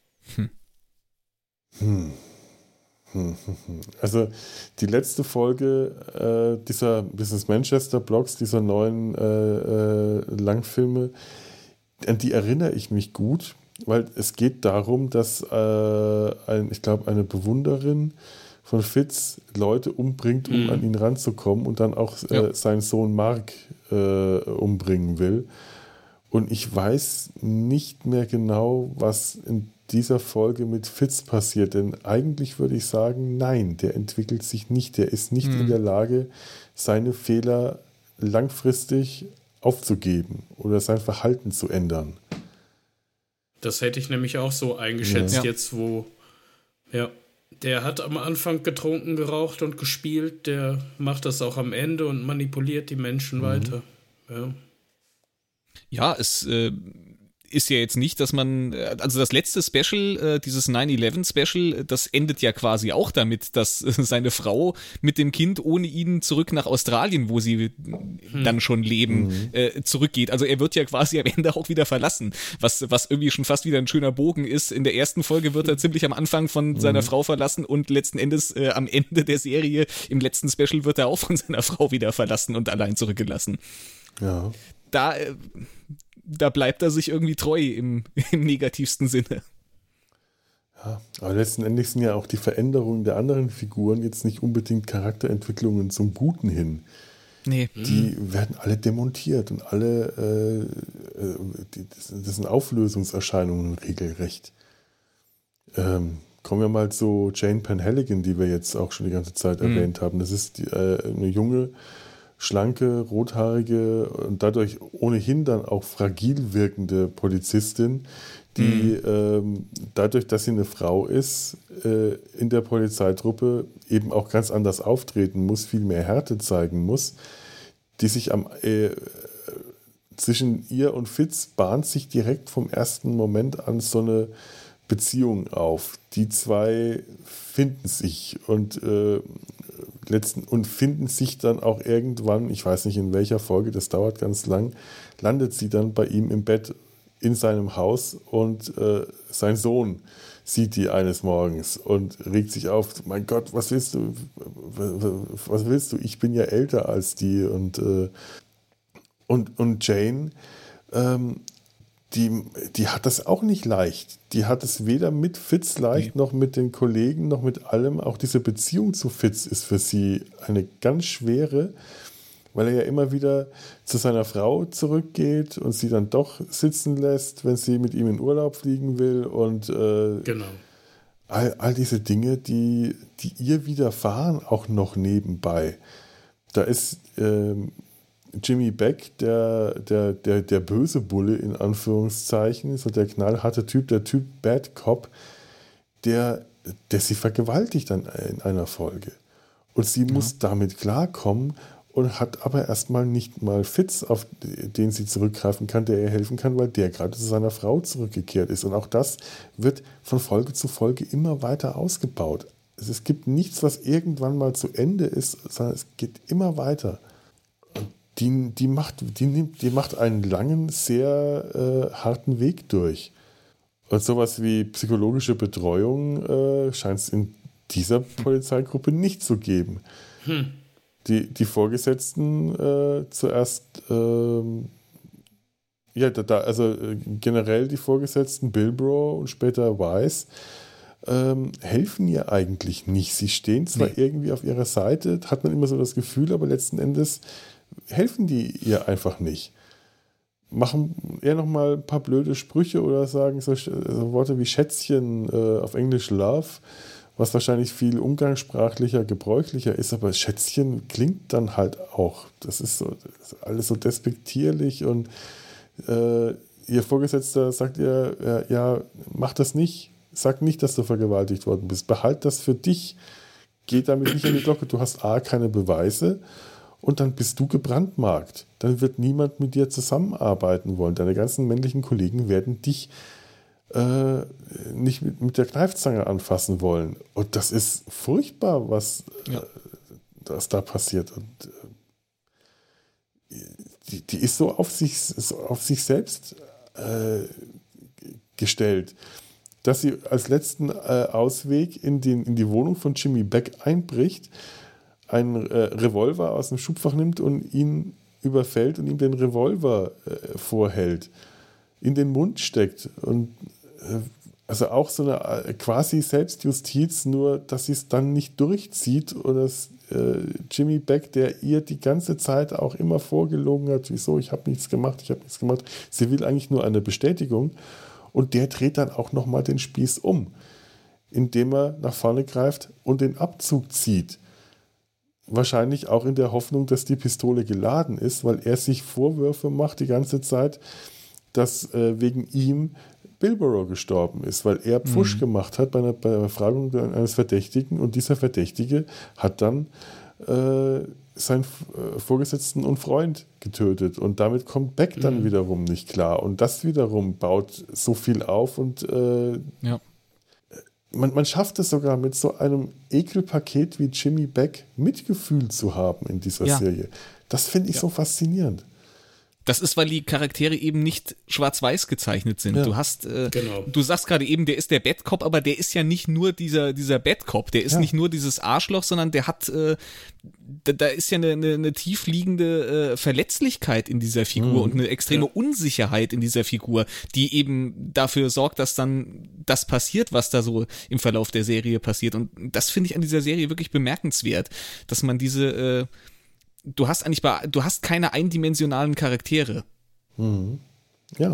Also die letzte Folge dieses Manchester-Blogs, dieser neuen Langfilme, an die erinnere ich mich gut, weil es geht darum, dass ich glaube, eine Bewunderin von Fitz Leute umbringt, um an ihn ranzukommen und dann auch seinen Sohn Mark umbringen will. Und ich weiß nicht mehr genau, was in dieser Folge mit Fitz passiert, denn eigentlich würde ich sagen, nein, der entwickelt sich nicht, der ist nicht in der Lage, seine Fehler langfristig aufzugeben oder sein Verhalten zu ändern. Das hätte ich nämlich auch so eingeschätzt, jetzt wo, der hat am Anfang getrunken, geraucht und gespielt, der macht das auch am Ende und manipuliert die Menschen weiter. Ja, ist ja jetzt nicht, dass man, also das letzte Special, dieses 9/11 Special, das endet ja quasi auch damit, dass seine Frau mit dem Kind ohne ihn zurück nach Australien, wo sie dann schon leben, zurückgeht. Also er wird ja quasi am Ende auch wieder verlassen, was irgendwie schon fast wieder ein schöner Bogen ist. In der ersten Folge wird er ziemlich am Anfang von seiner Frau verlassen und letzten Endes am Ende der Serie, im letzten Special, wird er auch von seiner Frau wieder verlassen und allein zurückgelassen. Ja. Da bleibt er sich irgendwie treu im negativsten Sinne. Ja, aber letzten Endes sind ja auch die Veränderungen der anderen Figuren jetzt nicht unbedingt Charakterentwicklungen zum Guten hin. Nee. Die werden alle demontiert und alle, das sind Auflösungserscheinungen regelrecht. Kommen wir mal zu Jane Penhaligon, die wir jetzt auch schon die ganze Zeit erwähnt haben. Das ist eine junge, schlanke, rothaarige und dadurch ohnehin dann auch fragil wirkende Polizistin, die dadurch, dass sie eine Frau ist, in der Polizeitruppe eben auch ganz anders auftreten muss, viel mehr Härte zeigen muss, die sich zwischen ihr und Fitz bahnt sich direkt vom ersten Moment an so eine Beziehung auf. Die zwei finden sich und finden sich dann auch irgendwann, ich weiß nicht in welcher Folge, das dauert ganz lang, landet sie dann bei ihm im Bett in seinem Haus und sein Sohn sieht die eines Morgens und regt sich auf, mein Gott, was willst du? Was willst du? Ich bin ja älter als die. Und Jane, die hat das auch nicht leicht. Die hat es weder mit Fitz leicht, noch mit den Kollegen, noch mit allem. Auch diese Beziehung zu Fitz ist für sie eine ganz schwere, weil er ja immer wieder zu seiner Frau zurückgeht und sie dann doch sitzen lässt, wenn sie mit ihm in Urlaub fliegen will. Und genau. all diese Dinge, die ihr widerfahren, auch noch nebenbei. Da ist Jimmy Beck, der böse Bulle in Anführungszeichen, so der knallharte Typ, der Typ Bad Cop, der sie vergewaltigt dann in einer Folge. Und sie muss damit klarkommen und hat aber erstmal nicht mal Fitz, auf den sie zurückgreifen kann, der ihr helfen kann, weil der gerade zu seiner Frau zurückgekehrt ist. Und auch das wird von Folge zu Folge immer weiter ausgebaut. Es gibt nichts, was irgendwann mal zu Ende ist, sondern es geht immer weiter. Die macht einen langen, sehr harten Weg durch. Und sowas wie psychologische Betreuung scheint es in dieser Polizeigruppe nicht zu geben. Die Vorgesetzten zuerst, generell die Vorgesetzten Bilbro und später Weiss, helfen ihr eigentlich nicht. Sie stehen zwar irgendwie auf ihrer Seite, hat man immer so das Gefühl, aber letzten Endes helfen die ihr einfach nicht. Machen eher noch mal ein paar blöde Sprüche oder sagen so Worte wie Schätzchen, auf Englisch Love, was wahrscheinlich viel umgangssprachlicher, gebräuchlicher ist, aber Schätzchen klingt dann halt auch. Das ist alles so despektierlich und ihr Vorgesetzter sagt ihr, ja, mach das nicht. Sag nicht, dass du vergewaltigt worden bist. Behalt das für dich. Geh damit nicht an die Glocke. Du hast A, keine Beweise und dann bist du gebrandmarkt. Dann wird niemand mit dir zusammenarbeiten wollen. Deine ganzen männlichen Kollegen werden dich nicht mit der Kneifzange anfassen wollen. Und das ist furchtbar, was da passiert. Und die ist so auf sich selbst gestellt, dass sie als letzten Ausweg in die Wohnung von Jimmy Beck einbricht, einen Revolver aus dem Schubfach nimmt und ihn überfällt und ihm den Revolver vorhält, in den Mund steckt und also auch so eine quasi Selbstjustiz, nur dass sie es dann nicht durchzieht und dass Jimmy Beck, der ihr die ganze Zeit auch immer vorgelogen hat, wieso, ich habe nichts gemacht, sie will eigentlich nur eine Bestätigung und der dreht dann auch nochmal den Spieß um, indem er nach vorne greift und den Abzug zieht. Wahrscheinlich auch in der Hoffnung, dass die Pistole geladen ist, weil er sich Vorwürfe macht die ganze Zeit, dass wegen ihm Bilbro gestorben ist, weil er Pfusch gemacht hat bei einer Befragung eines Verdächtigen und dieser Verdächtige hat dann seinen Vorgesetzten und Freund getötet. Und damit kommt Beck dann wiederum nicht klar. Und das wiederum baut so viel auf und man schafft es sogar mit so einem Ekelpaket wie Jimmy Beck Mitgefühl zu haben in dieser Serie. Das finde ich so faszinierend. Das ist, weil die Charaktere eben nicht schwarz-weiß gezeichnet sind. Ja. Du hast, du sagst gerade eben, der ist der Bad Cop, aber der ist ja nicht nur dieser Bad Cop, der ist nicht nur dieses Arschloch, sondern der hat, da ist ja eine tiefliegende Verletzlichkeit in dieser Figur und eine extreme Unsicherheit in dieser Figur, die eben dafür sorgt, dass dann das passiert, was da so im Verlauf der Serie passiert. Und das finde ich an dieser Serie wirklich bemerkenswert, dass man diese du hast keine eindimensionalen Charaktere. Ja.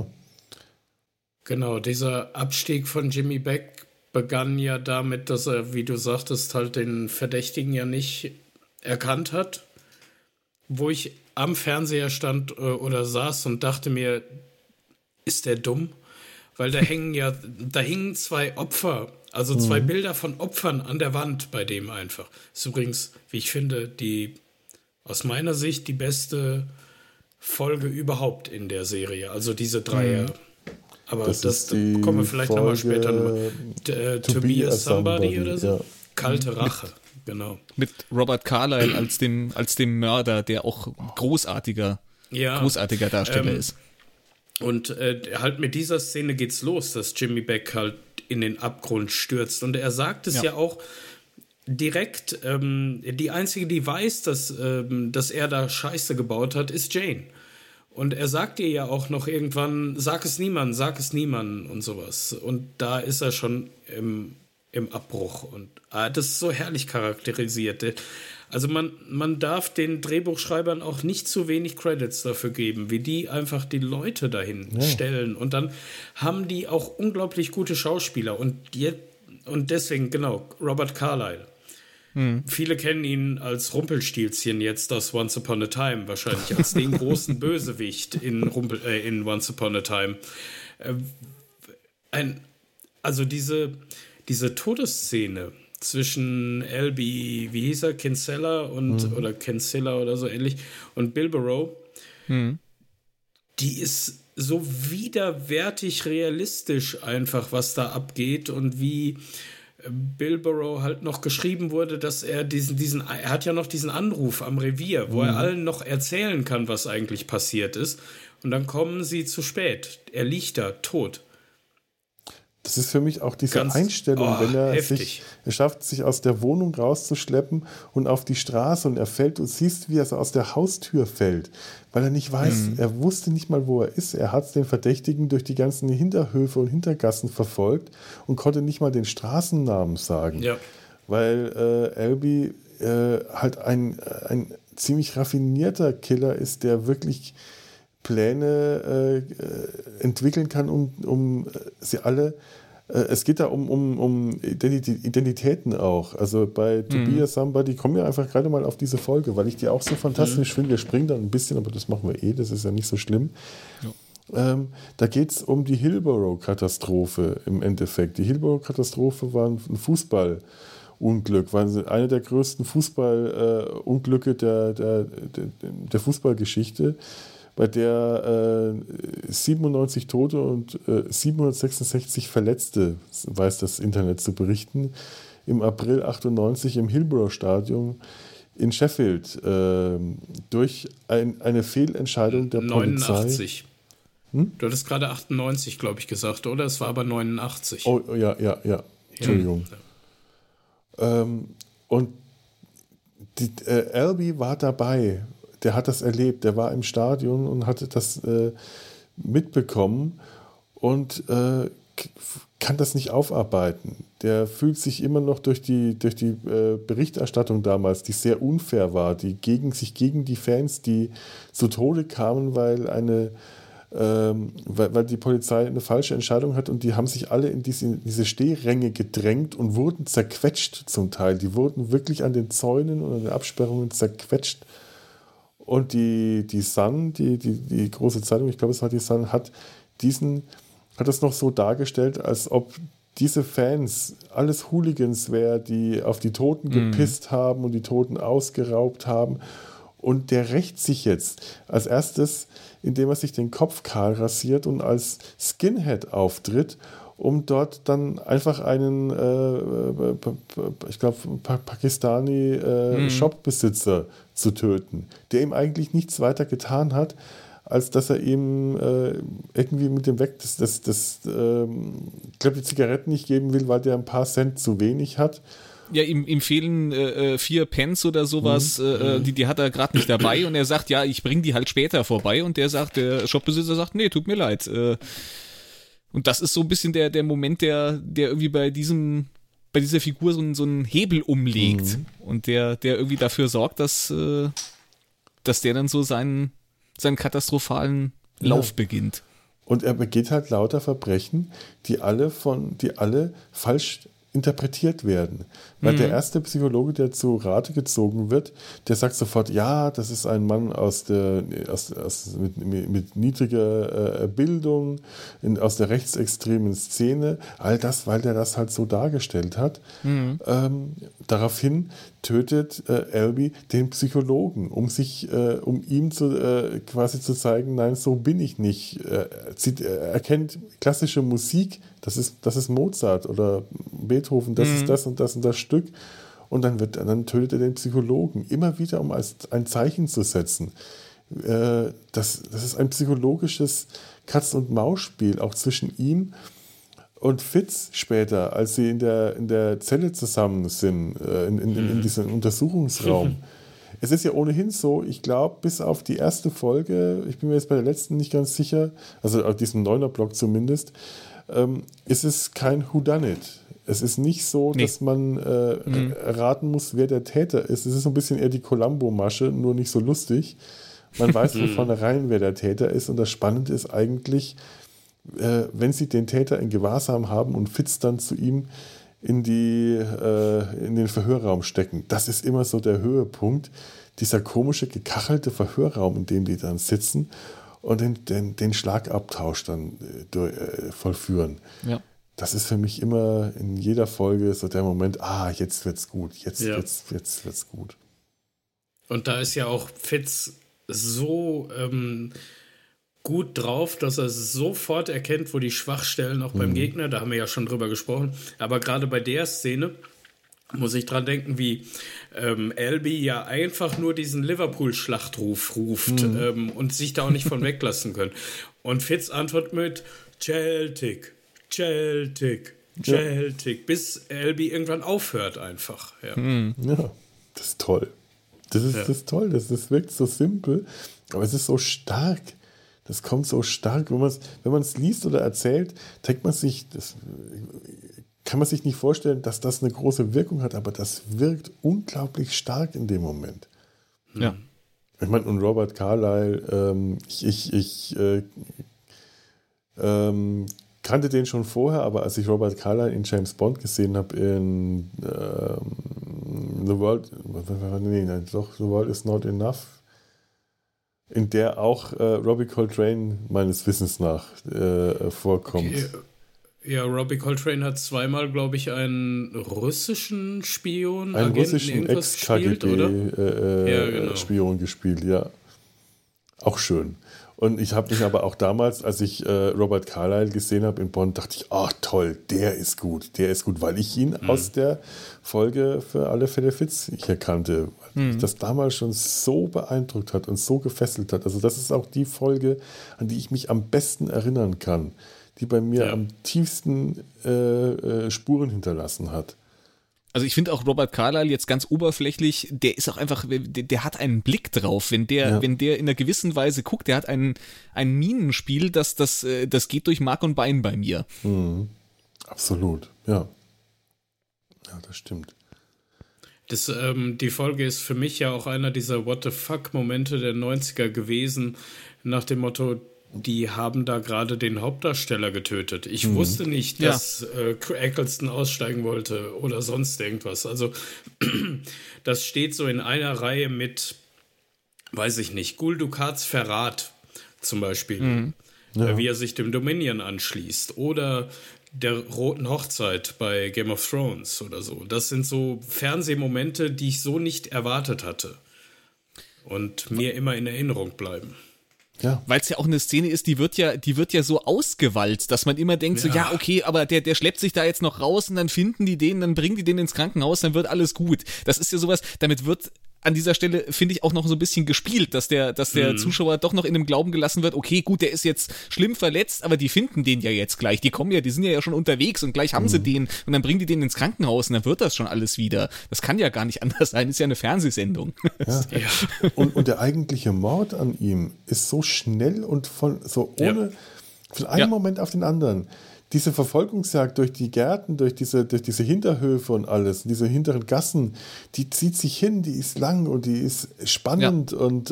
Genau, dieser Abstieg von Jimmy Beck begann ja damit, dass er, wie du sagtest, halt den Verdächtigen ja nicht erkannt hat. Wo ich am Fernseher stand oder saß und dachte mir, ist der dumm? Weil da hingen zwei Opfer, also zwei Bilder von Opfern an der Wand bei dem einfach. Das ist übrigens, wie ich finde, aus meiner Sicht die beste Folge überhaupt in der Serie. Also diese Dreier. Aber das kommen wir vielleicht nochmal später. To be a somebody oder so. Ja. Kalte Rache, genau. Mit Robert Carlyle als dem Mörder, der auch großartiger Darsteller ist. Und halt mit dieser Szene geht's los, dass Jimmy Beck halt in den Abgrund stürzt. Und er sagt es ja auch direkt, die einzige, die weiß, dass er da Scheiße gebaut hat, ist Jane. Und er sagt ihr ja auch noch irgendwann, sag es niemandem und sowas. Und da ist er schon im Abbruch. Und das ist so herrlich charakterisiert. Also man darf den Drehbuchschreibern auch nicht zu wenig Credits dafür geben, wie die einfach die Leute dahin stellen. Und dann haben die auch unglaublich gute Schauspieler. Und deswegen, genau, Robert Carlyle. Viele kennen ihn als Rumpelstilzchen jetzt aus Once Upon a Time, wahrscheinlich als den großen Bösewicht in Once Upon a Time. Also diese Todesszene zwischen Albie, wie hieß er, Kinsella oder Kinsella oder so ähnlich, und Bilborough, die ist so widerwärtig realistisch einfach, was da abgeht und wie Bilborough halt noch geschrieben wurde, dass er er hat ja noch diesen Anruf am Revier, wo er allen noch erzählen kann, was eigentlich passiert ist. Und dann kommen sie zu spät. Er liegt da, tot. Das ist für mich auch diese Einstellung, wenn er schafft, sich aus der Wohnung rauszuschleppen und auf die Straße und er fällt, du siehst, wie er so aus der Haustür fällt, weil er nicht weiß, er wusste nicht mal, wo er ist. Er hat den Verdächtigen durch die ganzen Hinterhöfe und Hintergassen verfolgt und konnte nicht mal den Straßennamen sagen, weil Albie halt ein ziemlich raffinierter Killer ist, der wirklich Pläne entwickeln kann, um sie alle. Es geht da um Identitäten auch. Also bei To Be a Somebody kommen wir einfach gerade mal auf diese Folge, weil ich die auch so fantastisch finde. Wir springen dann ein bisschen, aber das machen wir das ist ja nicht so schlimm. Ja. Da geht es um die Hillborough-Katastrophe im Endeffekt. Die Hillborough-Katastrophe war ein Fußballunglück, war eine der größten Fußballunglücke der Fußballgeschichte, bei der 97 Tote und 766 Verletzte, weiß das Internet zu berichten, im April 98 im Hillborough-Stadion in Sheffield durch eine Fehlentscheidung der 89. Polizei. Du hattest gerade 98, glaube ich, gesagt, oder? Es war aber 89. Oh, ja. Entschuldigung. Ja. Und Albie war dabei. Der hat das erlebt, der war im Stadion und hatte das mitbekommen und kann das nicht aufarbeiten. Der fühlt sich immer noch durch die Berichterstattung damals, die sehr unfair war, die gegen die Fans, die zu Tode kamen, weil die Polizei eine falsche Entscheidung hat und die haben sich alle in diese Stehränge gedrängt und wurden zerquetscht zum Teil. Die wurden wirklich an den Zäunen und an den Absperrungen zerquetscht. Und die Sun, die große Zeitung, ich glaube, es war die Sun, hat das noch so dargestellt, als ob diese Fans, alles Hooligans wäre, die auf die Toten gepisst haben und die Toten ausgeraubt haben. Und der rächt sich jetzt als erstes, indem er sich den Kopf kahl rasiert und als Skinhead auftritt, um dort dann einfach einen, ich glaube, Pakistani Shopbesitzer zu töten, der ihm eigentlich nichts weiter getan hat, als dass er ihm irgendwie mit dem ich glaube, die Zigaretten nicht geben will, weil der ein paar Cent zu wenig hat. Ja, ihm fehlen 4 Pence oder sowas, die hat er gerade nicht dabei und er sagt, ja, ich bring die halt später vorbei und der Shopbesitzer sagt, nee, tut mir leid. Und das ist so ein bisschen der Moment, der irgendwie bei dieser Figur so einen Hebel umlegt und der irgendwie dafür sorgt, dass der dann so seinen katastrophalen Lauf beginnt. Und er begeht halt lauter Verbrechen, die alle falsch interpretiert werden. Weil der erste Psychologe, der zu Rate gezogen wird, der sagt sofort, ja, das ist ein Mann mit niedriger Bildung, aus der rechtsextremen Szene, all das, weil der das halt so dargestellt hat. Daraufhin tötet Albie den Psychologen, um ihm quasi zu zeigen, nein, so bin ich nicht. Er kennt klassische Musik, das ist Mozart oder Beethoven, das ist das und das Stück. Und dann tötet er den Psychologen. Immer wieder, um als ein Zeichen zu setzen. Das ist ein psychologisches Katz-und-Maus-Spiel, auch zwischen ihm und Fitz später, als sie in der Zelle zusammen sind, in diesem Untersuchungsraum. Es ist ja ohnehin so, ich glaube, bis auf die erste Folge, ich bin mir jetzt bei der letzten nicht ganz sicher, also auf diesem 9er-Block zumindest, ist es kein Whodunit. Es ist nicht so, dass man erraten muss, wer der Täter ist. Es ist so ein bisschen eher die Columbo-Masche, nur nicht so lustig. Man weiß von vornherein, wer der Täter ist. Und das Spannende ist eigentlich, wenn sie den Täter in Gewahrsam haben und Fitz dann zu ihm in den Verhörraum stecken. Das ist immer so der Höhepunkt. Dieser komische, gekachelte Verhörraum, in dem die dann sitzen und den Schlagabtausch dann vollführen. Ja. Das ist für mich immer in jeder Folge so der Moment, jetzt wird's gut, jetzt wird's gut. Und da ist ja auch Fitz so gut drauf, dass er sofort erkennt, wo die Schwachstellen auch beim Gegner, da haben wir ja schon drüber gesprochen, aber gerade bei der Szene muss ich dran denken, wie Albie ja einfach nur diesen Liverpool-Schlachtruf ruft und sich da auch nicht von weglassen können. Und Fitz antwortet mit Celtic, bis Albie irgendwann aufhört einfach. Ja, ja, das ist toll. Das ist toll, das wirkt so simpel, aber es ist so stark. Das kommt so stark, wenn man es liest oder erzählt, kann man sich nicht vorstellen, dass das eine große Wirkung hat, aber das wirkt unglaublich stark in dem Moment. Ja. Ich meine, und Robert Carlyle, ich kannte den schon vorher, aber als ich Robert Carlyle in James Bond gesehen habe in The World is Not Enough, in der auch Robbie Coltrane meines Wissens nach vorkommt. Okay. Ja, Robbie Coltrane hat zweimal, glaube ich, einen russischen Spion, einen russischen Ex-KGB-Spion gespielt, ja. Auch schön. Und ich habe mich aber auch damals, als ich Robert Carlyle gesehen habe in Bonn, dachte ich, toll, der ist gut, weil ich ihn aus der Folge für alle Fälle Fitz hier kannte, weil mich das damals schon so beeindruckt hat und so gefesselt hat. Also das ist auch die Folge, an die ich mich am besten erinnern kann, die bei mir am tiefsten Spuren hinterlassen hat. Also ich finde auch Robert Carlyle jetzt ganz oberflächlich, der ist auch einfach, der hat einen Blick drauf, wenn der in einer gewissen Weise guckt, der hat ein Minenspiel, das geht durch Mark und Bein bei mir. Absolut, ja. Ja, das stimmt. Die Folge ist für mich ja auch einer dieser What-the-fuck-Momente der 90er gewesen, nach dem Motto, die haben da gerade den Hauptdarsteller getötet. Ich wusste nicht, dass Eccleston aussteigen wollte oder sonst irgendwas. Also das steht so in einer Reihe mit, weiß ich nicht, Gul Dukats Verrat zum Beispiel, wie er sich dem Dominion anschließt. Oder der roten Hochzeit bei Game of Thrones oder so. Das sind so Fernsehmomente, die ich so nicht erwartet hatte und mir immer in Erinnerung bleiben. Ja. Weil es ja auch eine Szene ist, die wird ja so ausgewalzt, dass man immer denkt, so, ja, okay, aber der schleppt sich da jetzt noch raus und dann finden die den, dann bringen die den ins Krankenhaus, dann wird alles gut. Das ist ja sowas, damit wird an dieser Stelle, finde ich, auch noch so ein bisschen gespielt, dass der Zuschauer doch noch in dem Glauben gelassen wird, okay, gut, der ist jetzt schlimm verletzt, aber die finden den ja jetzt gleich. Die sind ja schon unterwegs und gleich haben sie den und dann bringen die den ins Krankenhaus und dann wird das schon alles wieder. Das kann ja gar nicht anders sein, ist ja eine Fernsehsendung. Ja. Und der eigentliche Mord an ihm ist so schnell und von einem Moment auf den anderen. Diese Verfolgungsjagd durch die Gärten, durch diese Hinterhöfe und alles, diese hinteren Gassen, die zieht sich hin, die ist lang und die ist spannend und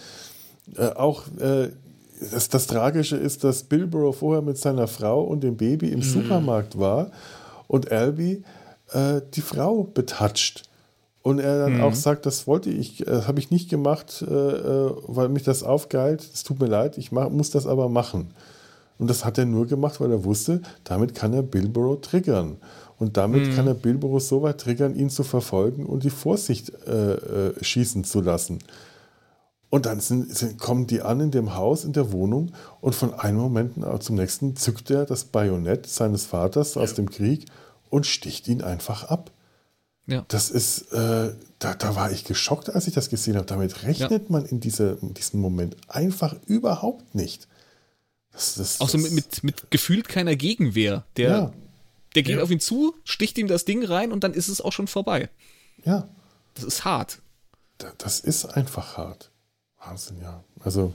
das Tragische ist, dass Bilborough vorher mit seiner Frau und dem Baby im Supermarkt war und Albie die Frau betatscht. Und er dann auch sagt, das habe ich nicht gemacht, weil mich das aufgeilt, es tut mir leid, ich muss das aber machen. Und das hat er nur gemacht, weil er wusste, damit kann er Bilborough triggern. Und damit kann er Bilborough so weit triggern, ihn zu verfolgen und die Vorsicht schießen zu lassen. Und dann kommen die an in dem Haus, in der Wohnung und von einem Moment zum nächsten zückt er das Bajonett seines Vaters aus dem Krieg und sticht ihn einfach ab. Ja. Das ist, da war ich geschockt, als ich das gesehen habe. Damit rechnet man in diesem Moment einfach überhaupt nicht. Auch so mit gefühlt keiner Gegenwehr. Der geht auf ihn zu, sticht ihm das Ding rein und dann ist es auch schon vorbei. Ja. Das ist hart. Das ist einfach hart. Wahnsinn, ja. Also,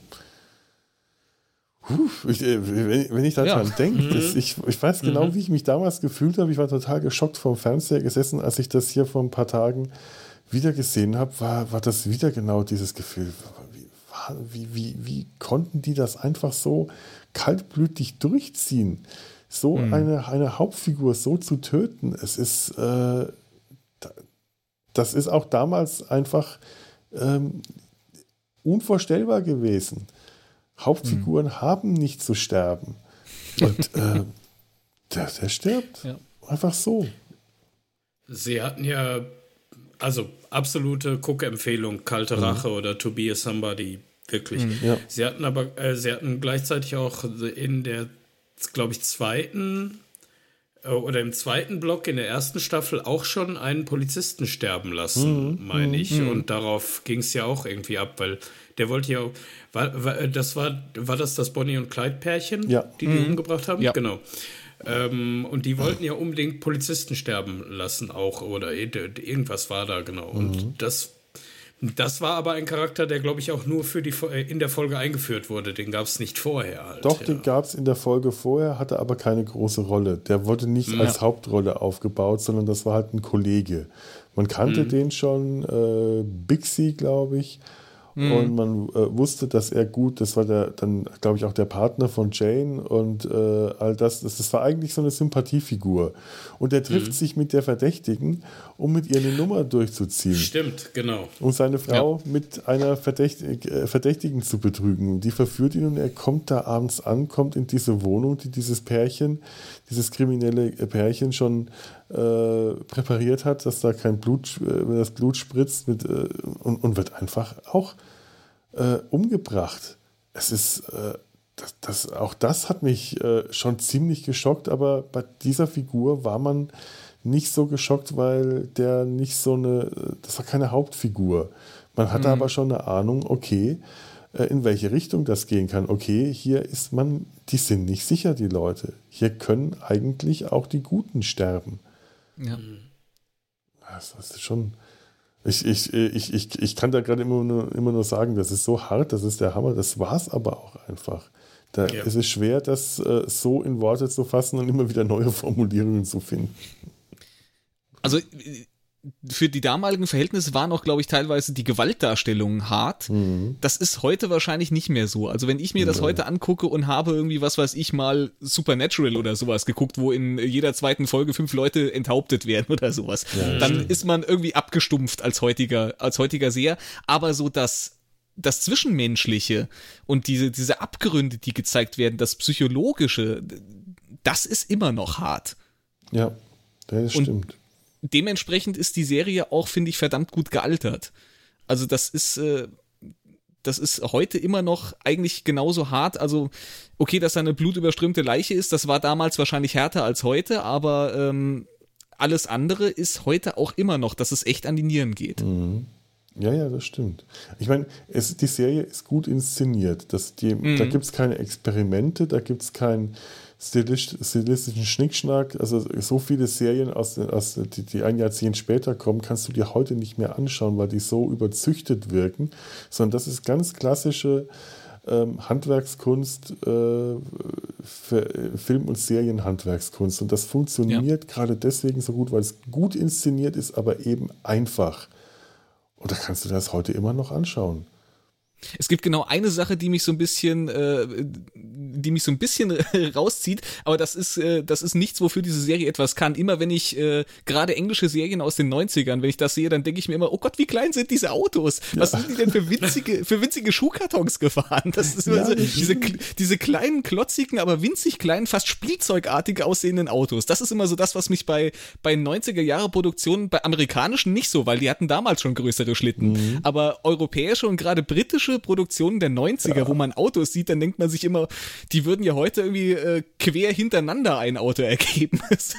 wenn ich daran denke, ich weiß genau, wie ich mich damals gefühlt habe. Ich war total geschockt vom Fernseher gesessen, als ich das hier vor ein paar Tagen wieder gesehen habe, war das wieder genau dieses Gefühl. Wie konnten die das einfach so kaltblütig durchziehen, so eine Hauptfigur so zu töten? Es ist, das ist auch damals einfach unvorstellbar gewesen. Hauptfiguren haben nicht zu sterben. Und der stirbt einfach so. Sie hatten ja, also absolute Guck-Empfehlung, Kalte Rache oder To Be a Somebody. Wirklich. Sie hatten gleichzeitig auch in der, glaube ich, zweiten Block in der ersten Staffel auch schon einen Polizisten sterben lassen, meine ich. Und darauf ging es ja auch irgendwie ab, weil der wollte ja, war das Bonnie und Clyde Pärchen, die umgebracht haben? Ja. Genau. Und die wollten ja unbedingt Polizisten sterben lassen auch oder irgendwas war da, genau. Und das war aber ein Charakter, der, glaube ich, auch nur in der Folge eingeführt wurde. Den gab es nicht vorher. Halt. Doch, den gab es in der Folge vorher, hatte aber keine große Rolle. Der wurde nicht als Hauptrolle aufgebaut, sondern das war halt ein Kollege. Man kannte den schon, Bixie, glaube ich. Und man wusste, dass er das war dann, glaube ich, auch der Partner von Jane und all das. Das war eigentlich so eine Sympathiefigur. Und er trifft sich mit der Verdächtigen, um mit ihr eine Nummer durchzuziehen. Stimmt, genau. Um seine Frau mit einer Verdächtigen zu betrügen. Die verführt ihn und er kommt da abends an, kommt in diese Wohnung, die dieses kriminelle Pärchen schon präpariert hat, dass da kein Blut, das Blut spritzt und wird einfach auch umgebracht. Es ist, auch das hat mich schon ziemlich geschockt, aber bei dieser Figur war man nicht so geschockt, weil das war keine Hauptfigur. Man hatte aber schon eine Ahnung, okay, in welche Richtung das gehen kann. Okay, hier die sind nicht sicher, die Leute. Hier können eigentlich auch die Guten sterben. Ja. Das ist schon. Ich kann da gerade immer nur sagen, das ist so hart, das ist der Hammer. Das war es aber auch einfach. Es ist schwer, das so in Worte zu fassen und immer wieder neue Formulierungen zu finden. Also für die damaligen Verhältnisse waren auch, glaube ich, teilweise die Gewaltdarstellungen hart. Das ist heute wahrscheinlich nicht mehr so. Also wenn ich mir das heute angucke und habe irgendwie, was weiß ich, mal Supernatural oder sowas geguckt, wo in jeder zweiten Folge 5 Leute enthauptet werden oder sowas, dann ist man irgendwie abgestumpft als heutiger Seher. Aber so das Zwischenmenschliche und diese Abgründe, die gezeigt werden, das Psychologische, das ist immer noch hart. Ja, das stimmt. Dementsprechend ist die Serie auch, finde ich, verdammt gut gealtert. Also das ist heute immer noch eigentlich genauso hart. Also okay, dass da eine blutüberströmte Leiche ist, das war damals wahrscheinlich härter als heute, aber alles andere ist heute auch immer noch, dass es echt an die Nieren geht. Mhm. Ja, das stimmt. Ich meine, die Serie ist gut inszeniert. Da gibt es keine Experimente, da gibt es keinen stilistischen Schnickschnack. Also so viele Serien, die ein Jahrzehnt später kommen, kannst du dir heute nicht mehr anschauen, weil die so überzüchtet wirken. Sondern das ist ganz klassische Handwerkskunst, Film- und Serienhandwerkskunst. Und das funktioniert gerade deswegen so gut, weil es gut inszeniert ist, aber eben einfach. Und da kannst du das heute immer noch anschauen. Es gibt genau eine Sache, die mich so ein bisschen rauszieht, aber das ist nichts, wofür diese Serie etwas kann. Immer wenn ich gerade englische Serien aus den 90ern, wenn ich das sehe, dann denke ich mir immer, oh Gott, wie klein sind diese Autos? Was sind die denn für winzige Schuhkartons gefahren? Das ist immer so, diese kleinen, klotzigen, aber winzig kleinen, fast spielzeugartig aussehenden Autos. Das ist immer so das, was mich bei 90er-Jahre-Produktionen, bei amerikanischen nicht so, weil die hatten damals schon größere Schlitten. Aber europäische und gerade britische Produktionen der 90er, wo man Autos sieht, dann denkt man sich immer, die würden ja heute irgendwie quer hintereinander ein Auto ergeben.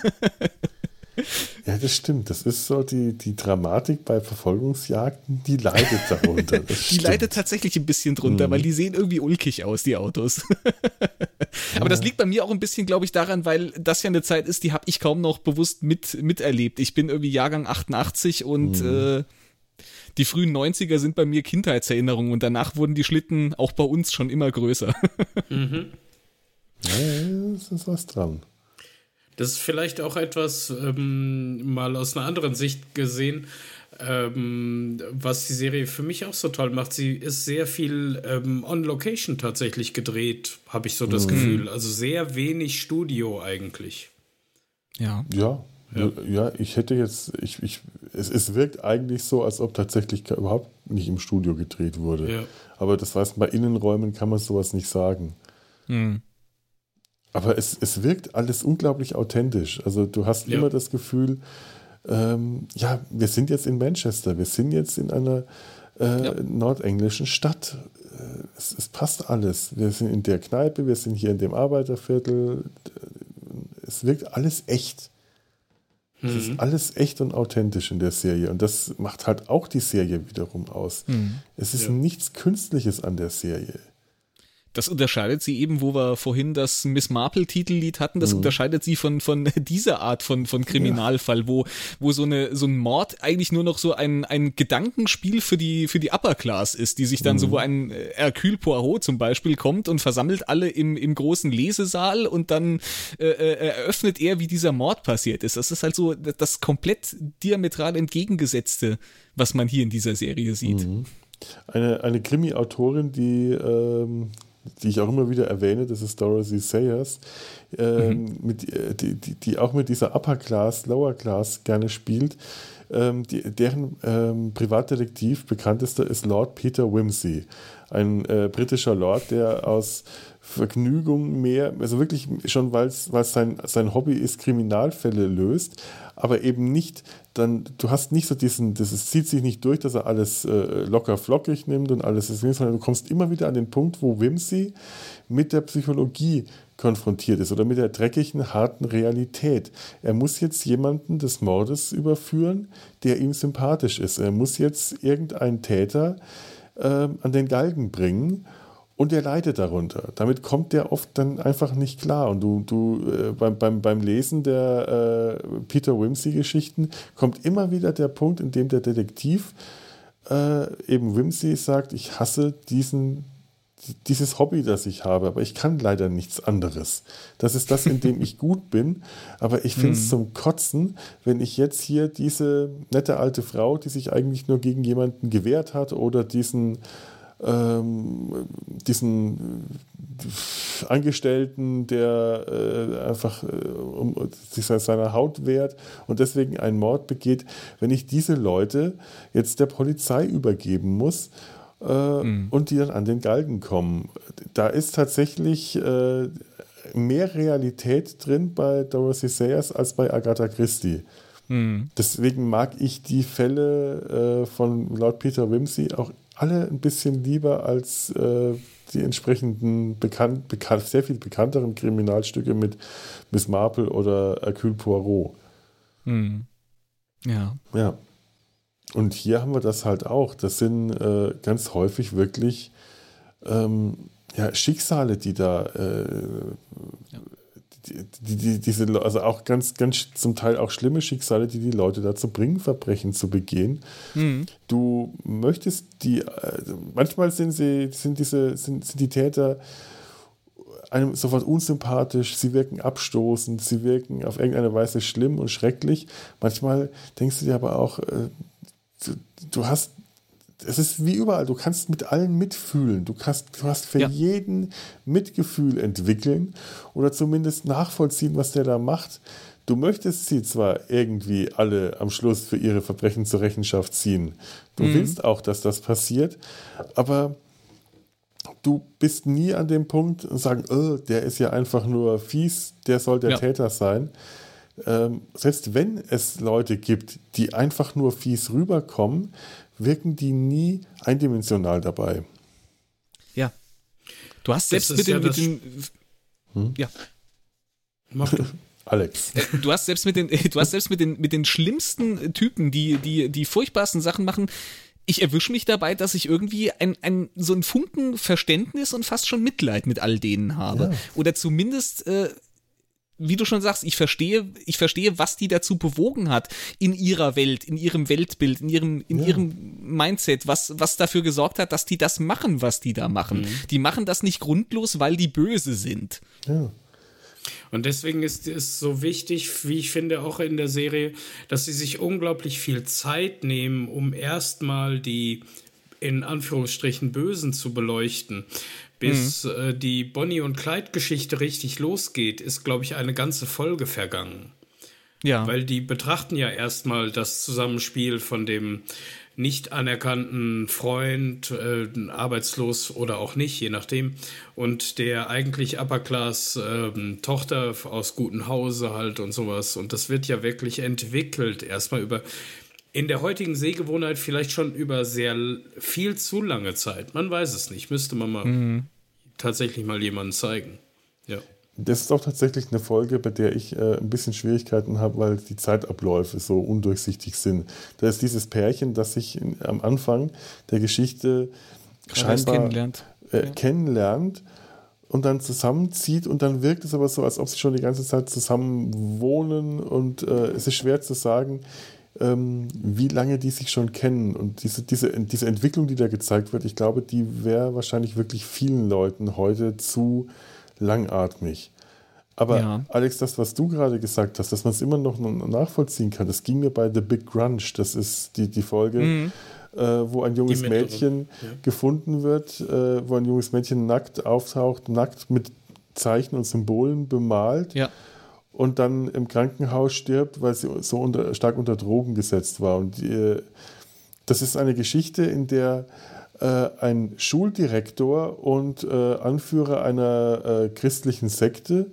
Ja, das stimmt. Das ist so die Dramatik bei Verfolgungsjagden, die leidet darunter. Die leidet tatsächlich ein bisschen drunter, weil die sehen irgendwie ulkig aus, die Autos. Aber das liegt bei mir auch ein bisschen, glaube ich, daran, weil das ja eine Zeit ist, die habe ich kaum noch bewusst miterlebt. Ich bin irgendwie Jahrgang 88 und die frühen 90er sind bei mir Kindheitserinnerungen und danach wurden die Schlitten auch bei uns schon immer größer. Ja, das ist was dran. Das ist vielleicht auch etwas, mal aus einer anderen Sicht gesehen, was die Serie für mich auch so toll macht. Sie ist sehr viel on Location tatsächlich gedreht, habe ich so das Gefühl. Also sehr wenig Studio eigentlich. Ja, ich hätte jetzt, es wirkt eigentlich so, als ob tatsächlich überhaupt nicht im Studio gedreht wurde. Ja. Aber das heißt, bei Innenräumen kann man sowas nicht sagen. Aber es wirkt alles unglaublich authentisch. Also du hast immer das Gefühl, wir sind jetzt in Manchester, wir sind jetzt in einer nordenglischen Stadt. Es passt alles. Wir sind in der Kneipe, wir sind hier in dem Arbeiterviertel. Es wirkt alles echt. Es ist alles echt und authentisch in der Serie. Und das macht halt auch die Serie wiederum aus. Es ist nichts Künstliches an der Serie. Das unterscheidet sie eben, wo wir vorhin das Miss Marple-Titellied hatten, das unterscheidet sie von dieser Art von Kriminalfall, wo so ein Mord eigentlich nur noch so ein Gedankenspiel für die Upper Class ist, die sich dann so, wo ein Hercule Poirot zum Beispiel kommt und versammelt alle im großen Lesesaal und dann eröffnet er, wie dieser Mord passiert ist. Das ist halt so das komplett diametral entgegengesetzte, was man hier in dieser Serie sieht. Eine Krimi-Autorin, die ich auch immer wieder erwähne, das ist Dorothy Sayers, die auch mit dieser Upper Class, Lower Class gerne spielt. Deren Privatdetektiv bekanntester ist Lord Peter Wimsey, ein britischer Lord, der aus Vergnügung mehr, also wirklich schon, weil sein Hobby ist, Kriminalfälle löst, aber eben nicht, du hast nicht so das zieht sich nicht durch, dass er alles locker flockig nimmt und alles ist, sondern du kommst immer wieder an den Punkt, wo Wimsey mit der Psychologie konfrontiert ist oder mit der dreckigen, harten Realität. Er muss jetzt jemanden des Mordes überführen, der ihm sympathisch ist. Er muss jetzt irgendeinen Täter an den Galgen bringen und er leidet darunter. Damit kommt der oft dann einfach nicht klar. Und beim Lesen der Peter Wimsey-Geschichten kommt immer wieder der Punkt, in dem der Detektiv eben Wimsey sagt, ich hasse dieses Hobby, das ich habe, aber ich kann leider nichts anderes. Das ist das, in dem ich gut bin, aber ich finde es zum Kotzen, wenn ich jetzt hier diese nette alte Frau, die sich eigentlich nur gegen jemanden gewehrt hat oder diesen Angestellten, der einfach sich seiner Haut wehrt und deswegen einen Mord begeht, wenn ich diese Leute jetzt der Polizei übergeben muss, und die dann an den Galgen kommen. Da ist tatsächlich mehr Realität drin bei Dorothy Sayers als bei Agatha Christie. Deswegen mag ich die Fälle von laut Peter Wimsey auch alle ein bisschen lieber als die entsprechenden sehr viel bekannteren Kriminalstücke mit Miss Marple oder Hercule Poirot. Ja. Ja. Und hier haben wir das halt auch. Das sind ganz häufig wirklich Schicksale, die da also auch ganz, ganz zum Teil auch schlimme Schicksale, die die Leute dazu bringen, Verbrechen zu begehen. Du möchtest manchmal sind die Täter einem sofort unsympathisch, sie wirken abstoßend, sie wirken auf irgendeine Weise schlimm und schrecklich. Manchmal denkst du dir aber auch, es ist wie überall, du kannst mit allen mitfühlen. Du hast für jeden Mitgefühl entwickeln oder zumindest nachvollziehen, was der da macht. Du möchtest sie zwar irgendwie alle am Schluss für ihre Verbrechen zur Rechenschaft ziehen. Du willst auch, dass das passiert, aber du bist nie an dem Punkt und sagen, der ist ja einfach nur fies, der soll der Täter sein. Selbst wenn es Leute gibt, die einfach nur fies rüberkommen, wirken die nie eindimensional dabei. Ja. Du hast selbst mit den Mach du. Alex. Du hast selbst mit den schlimmsten Typen, die furchtbarsten Sachen machen. Ich erwische mich dabei, dass ich irgendwie so einen Funken Verständnis und fast schon Mitleid mit all denen habe. Ja. Oder zumindest wie du schon sagst, ich verstehe, was die dazu bewogen hat in ihrer Welt, in ihrem Weltbild, in ihrem Mindset, was dafür gesorgt hat, dass die das machen, was die da machen. Die machen das nicht grundlos, weil die böse sind. Ja. Und deswegen ist es so wichtig, wie ich finde, auch in der Serie, dass sie sich unglaublich viel Zeit nehmen, um erstmal die in Anführungsstrichen Bösen zu beleuchten. Bis die Bonnie- und Clyde-Geschichte richtig losgeht, ist, glaube ich, eine ganze Folge vergangen. Ja. Weil die betrachten ja erstmal das Zusammenspiel von dem nicht anerkannten Freund, arbeitslos oder auch nicht, je nachdem, und der eigentlich Upper-Class-Tochter aus gutem Hause halt und sowas. Und das wird ja wirklich entwickelt, erstmal in der heutigen Sehgewohnheit vielleicht schon über sehr viel zu lange Zeit. Man weiß es nicht. Müsste man mal tatsächlich mal jemanden zeigen. Ja. Das ist auch tatsächlich eine Folge, bei der ich ein bisschen Schwierigkeiten habe, weil die Zeitabläufe so undurchsichtig sind. Da ist dieses Pärchen, das sich am Anfang der Geschichte scheinbar kennenlernt und dann zusammenzieht und dann wirkt es aber so, als ob sie schon die ganze Zeit zusammen wohnen und es ist schwer zu sagen, wie lange die sich schon kennen. Und diese Entwicklung, die da gezeigt wird, ich glaube, die wäre wahrscheinlich wirklich vielen Leuten heute zu langatmig. Aber Alex, das, was du gerade gesagt hast, dass man es immer noch nachvollziehen kann, das ging mir bei The Big Grunge, das ist die Folge, wo ein junges Mädchen gefunden wird, wo ein junges Mädchen nackt auftaucht, nackt mit Zeichen und Symbolen bemalt. Ja. Und dann im Krankenhaus stirbt, weil sie so stark unter Drogen gesetzt war. Und das ist eine Geschichte, in der ein Schuldirektor und Anführer einer christlichen Sekte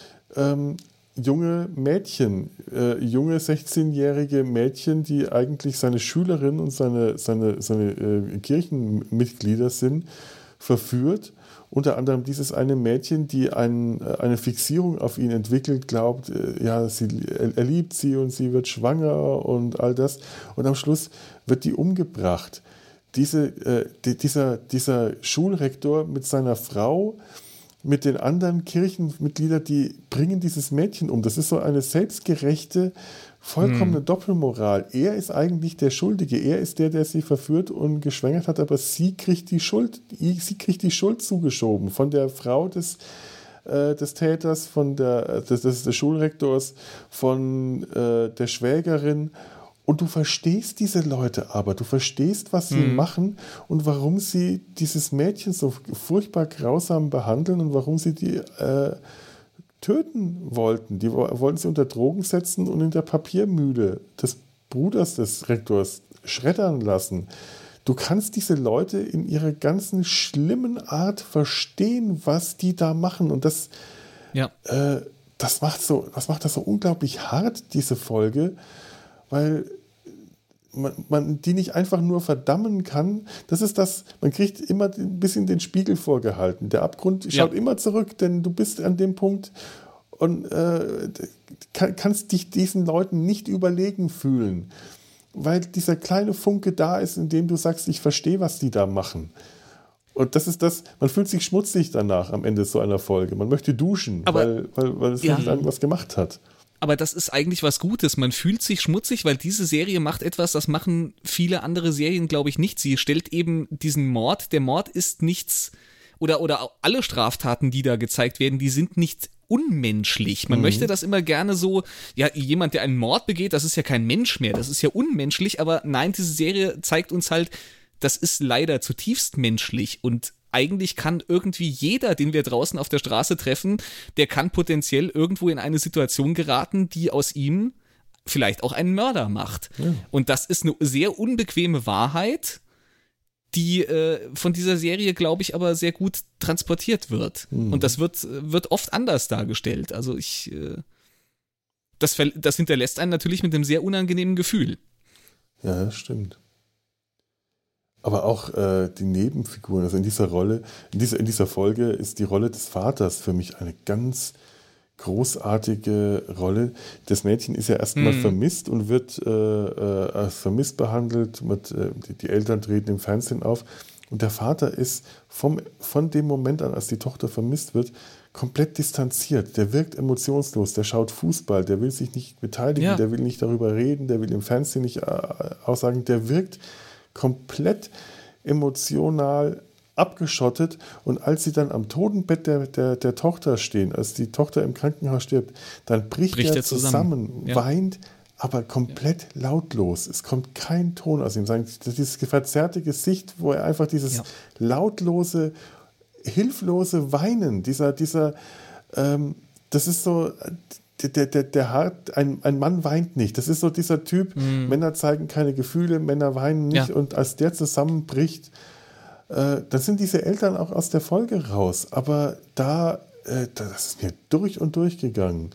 junge Mädchen, junge 16-jährige Mädchen, die eigentlich seine Schülerin und seine Kirchenmitglieder sind, verführt. Unter anderem dieses eine Mädchen, die eine Fixierung auf ihn entwickelt, glaubt, er liebt sie und sie wird schwanger und all das. Und am Schluss wird die umgebracht. Dieser Schulrektor mit seiner Frau, mit den anderen Kirchenmitgliedern, die bringen dieses Mädchen um. Das ist so eine selbstgerechte, vollkommene Doppelmoral. Er ist eigentlich der Schuldige. Er ist der sie verführt und geschwängert hat, aber sie kriegt die Schuld zugeschoben von der Frau des Täters, des Schulrektors, von der Schwägerin. Und du verstehst diese Leute aber, du verstehst, was sie machen und warum sie dieses Mädchen so furchtbar grausam behandeln und warum sie die töten wollten. Die wollten sie unter Drogen setzen und in der Papiermühle des Bruders des Rektors schreddern lassen. Du kannst diese Leute in ihrer ganzen schlimmen Art verstehen, was die da machen. Und das Ja. Das macht das so unglaublich hart, diese Folge, weil man die nicht einfach nur verdammen kann. Das ist man kriegt immer ein bisschen den Spiegel vorgehalten. Der Abgrund schaut immer zurück, denn du bist an dem Punkt und kannst dich diesen Leuten nicht überlegen fühlen, weil dieser kleine Funke da ist, in dem du sagst, ich verstehe, was die da machen. Und das ist man fühlt sich schmutzig danach am Ende so einer Folge. Man möchte duschen, weil es nicht irgendwas gemacht hat. Aber das ist eigentlich was Gutes. Man fühlt sich schmutzig, weil diese Serie macht etwas, das machen viele andere Serien, glaube ich, nicht. Sie stellt eben diesen Mord. Der Mord ist nichts, oder alle Straftaten, die da gezeigt werden, die sind nicht unmenschlich. Man möchte das immer gerne so, ja, jemand, der einen Mord begeht, das ist ja kein Mensch mehr, das ist ja unmenschlich, aber nein, diese Serie zeigt uns halt, das ist leider zutiefst menschlich und eigentlich kann irgendwie jeder, den wir draußen auf der Straße treffen, der kann potenziell irgendwo in eine Situation geraten, die aus ihm vielleicht auch einen Mörder macht. Ja. Und das ist eine sehr unbequeme Wahrheit, die von dieser Serie, glaube ich, aber sehr gut transportiert wird. Und das wird oft anders dargestellt. Also das hinterlässt einen natürlich mit einem sehr unangenehmen Gefühl. Ja, das stimmt. Aber auch die Nebenfiguren, also in dieser Rolle, in dieser Folge ist die Rolle des Vaters für mich eine ganz großartige Rolle. Das Mädchen ist ja erstmal vermisst und wird als vermisst behandelt. Die Eltern treten im Fernsehen auf. Und der Vater ist von dem Moment an, als die Tochter vermisst wird, komplett distanziert. Der wirkt emotionslos, der schaut Fußball, der will sich nicht beteiligen, der will nicht darüber reden, der will im Fernsehen nicht aussagen. Der wirkt komplett emotional abgeschottet, und als sie dann am Totenbett der Tochter stehen, als die Tochter im Krankenhaus stirbt, dann bricht er zusammen, weint, aber komplett lautlos. Es kommt kein Ton aus ihm. Dieses verzerrte Gesicht, wo er einfach dieses lautlose, hilflose Weinen, das ist so, ein Mann weint nicht. Das ist so dieser Typ, Männer zeigen keine Gefühle, Männer weinen nicht, und als der zusammenbricht, dann sind diese Eltern auch aus der Folge raus. Aber das ist mir durch und durch gegangen.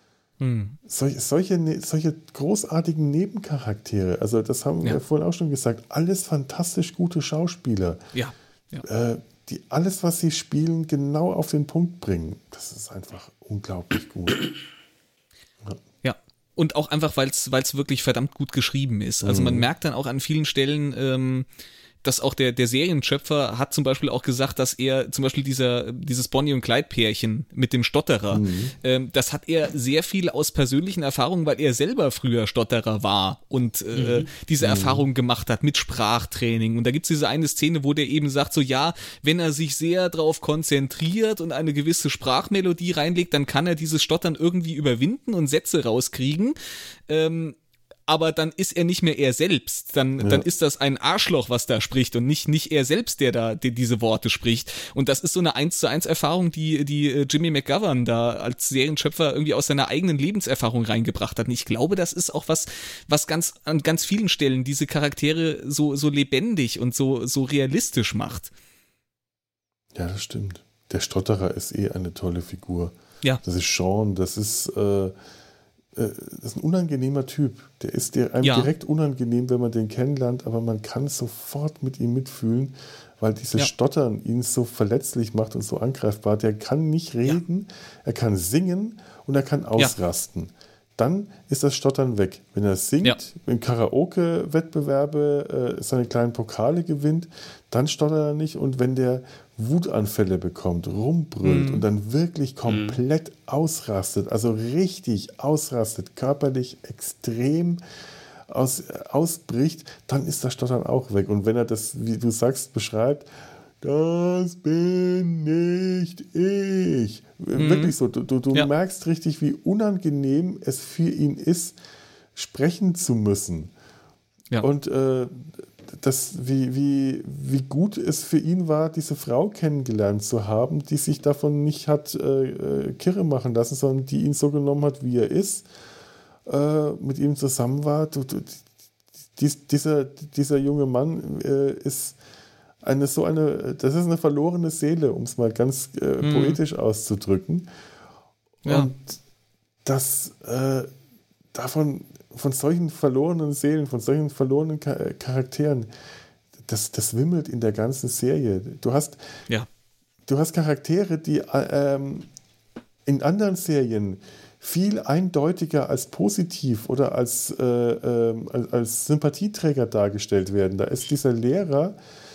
Solche großartigen Nebencharaktere, also das haben wir vorhin auch schon gesagt, alles fantastisch gute Schauspieler. Ja. Die alles, was sie spielen, genau auf den Punkt bringen. Das ist einfach unglaublich gut. Ja. Und auch einfach, weil es wirklich verdammt gut geschrieben ist. Also man merkt dann auch an vielen Stellen, dass auch der Serienschöpfer hat zum Beispiel auch gesagt, dass er zum Beispiel dieses Bonnie und Clyde-Pärchen mit dem Stotterer, das hat er sehr viel aus persönlichen Erfahrungen, weil er selber früher Stotterer war und diese Erfahrung gemacht hat mit Sprachtraining. Und da gibt's diese eine Szene, wo der eben sagt, so ja, wenn er sich sehr darauf konzentriert und eine gewisse Sprachmelodie reinlegt, dann kann er dieses Stottern irgendwie überwinden und Sätze rauskriegen. Aber dann ist er nicht mehr er selbst. Dann ist das ein Arschloch, was da spricht, und nicht er selbst, der diese Worte spricht. Und das ist so eine 1:1 Erfahrung, die Jimmy McGovern da als Serienschöpfer irgendwie aus seiner eigenen Lebenserfahrung reingebracht hat. Und ich glaube, das ist auch was an ganz vielen Stellen diese Charaktere so lebendig und so realistisch macht. Ja, das stimmt. Der Stotterer ist eine tolle Figur. Ja. Das ist Sean, das ist ein unangenehmer Typ. Der ist einem direkt unangenehm, wenn man den kennenlernt, aber man kann sofort mit ihm mitfühlen, weil dieses Stottern ihn so verletzlich macht und so angreifbar. Der kann nicht reden, er kann singen und er kann ausrasten. Dann ist das Stottern weg. Wenn er singt, im Karaoke-Wettbewerbe seine kleinen Pokale gewinnt, dann stottert er nicht. Und wenn der Wutanfälle bekommt, rumbrüllt und dann wirklich komplett ausrastet, also richtig ausrastet, körperlich extrem ausbricht, dann ist das Stottern auch weg. Und wenn er das, wie du sagst, beschreibt, das bin nicht ich. Wirklich so. Du merkst richtig, wie unangenehm es für ihn ist, sprechen zu müssen. Ja. Und wie gut es für ihn war, diese Frau kennengelernt zu haben, die sich davon nicht hat kirre machen lassen, sondern die ihn so genommen hat, wie er ist, mit ihm zusammen war. Dieser junge Mann ist das ist eine verlorene Seele, um es mal ganz poetisch auszudrücken. Ja. Und das von solchen verlorenen Seelen, von solchen verlorenen Charakteren, das wimmelt in der ganzen Serie. Du hast Charaktere, die in anderen Serien viel eindeutiger als positiv oder als Sympathieträger dargestellt werden. Da ist dieser Lehrer,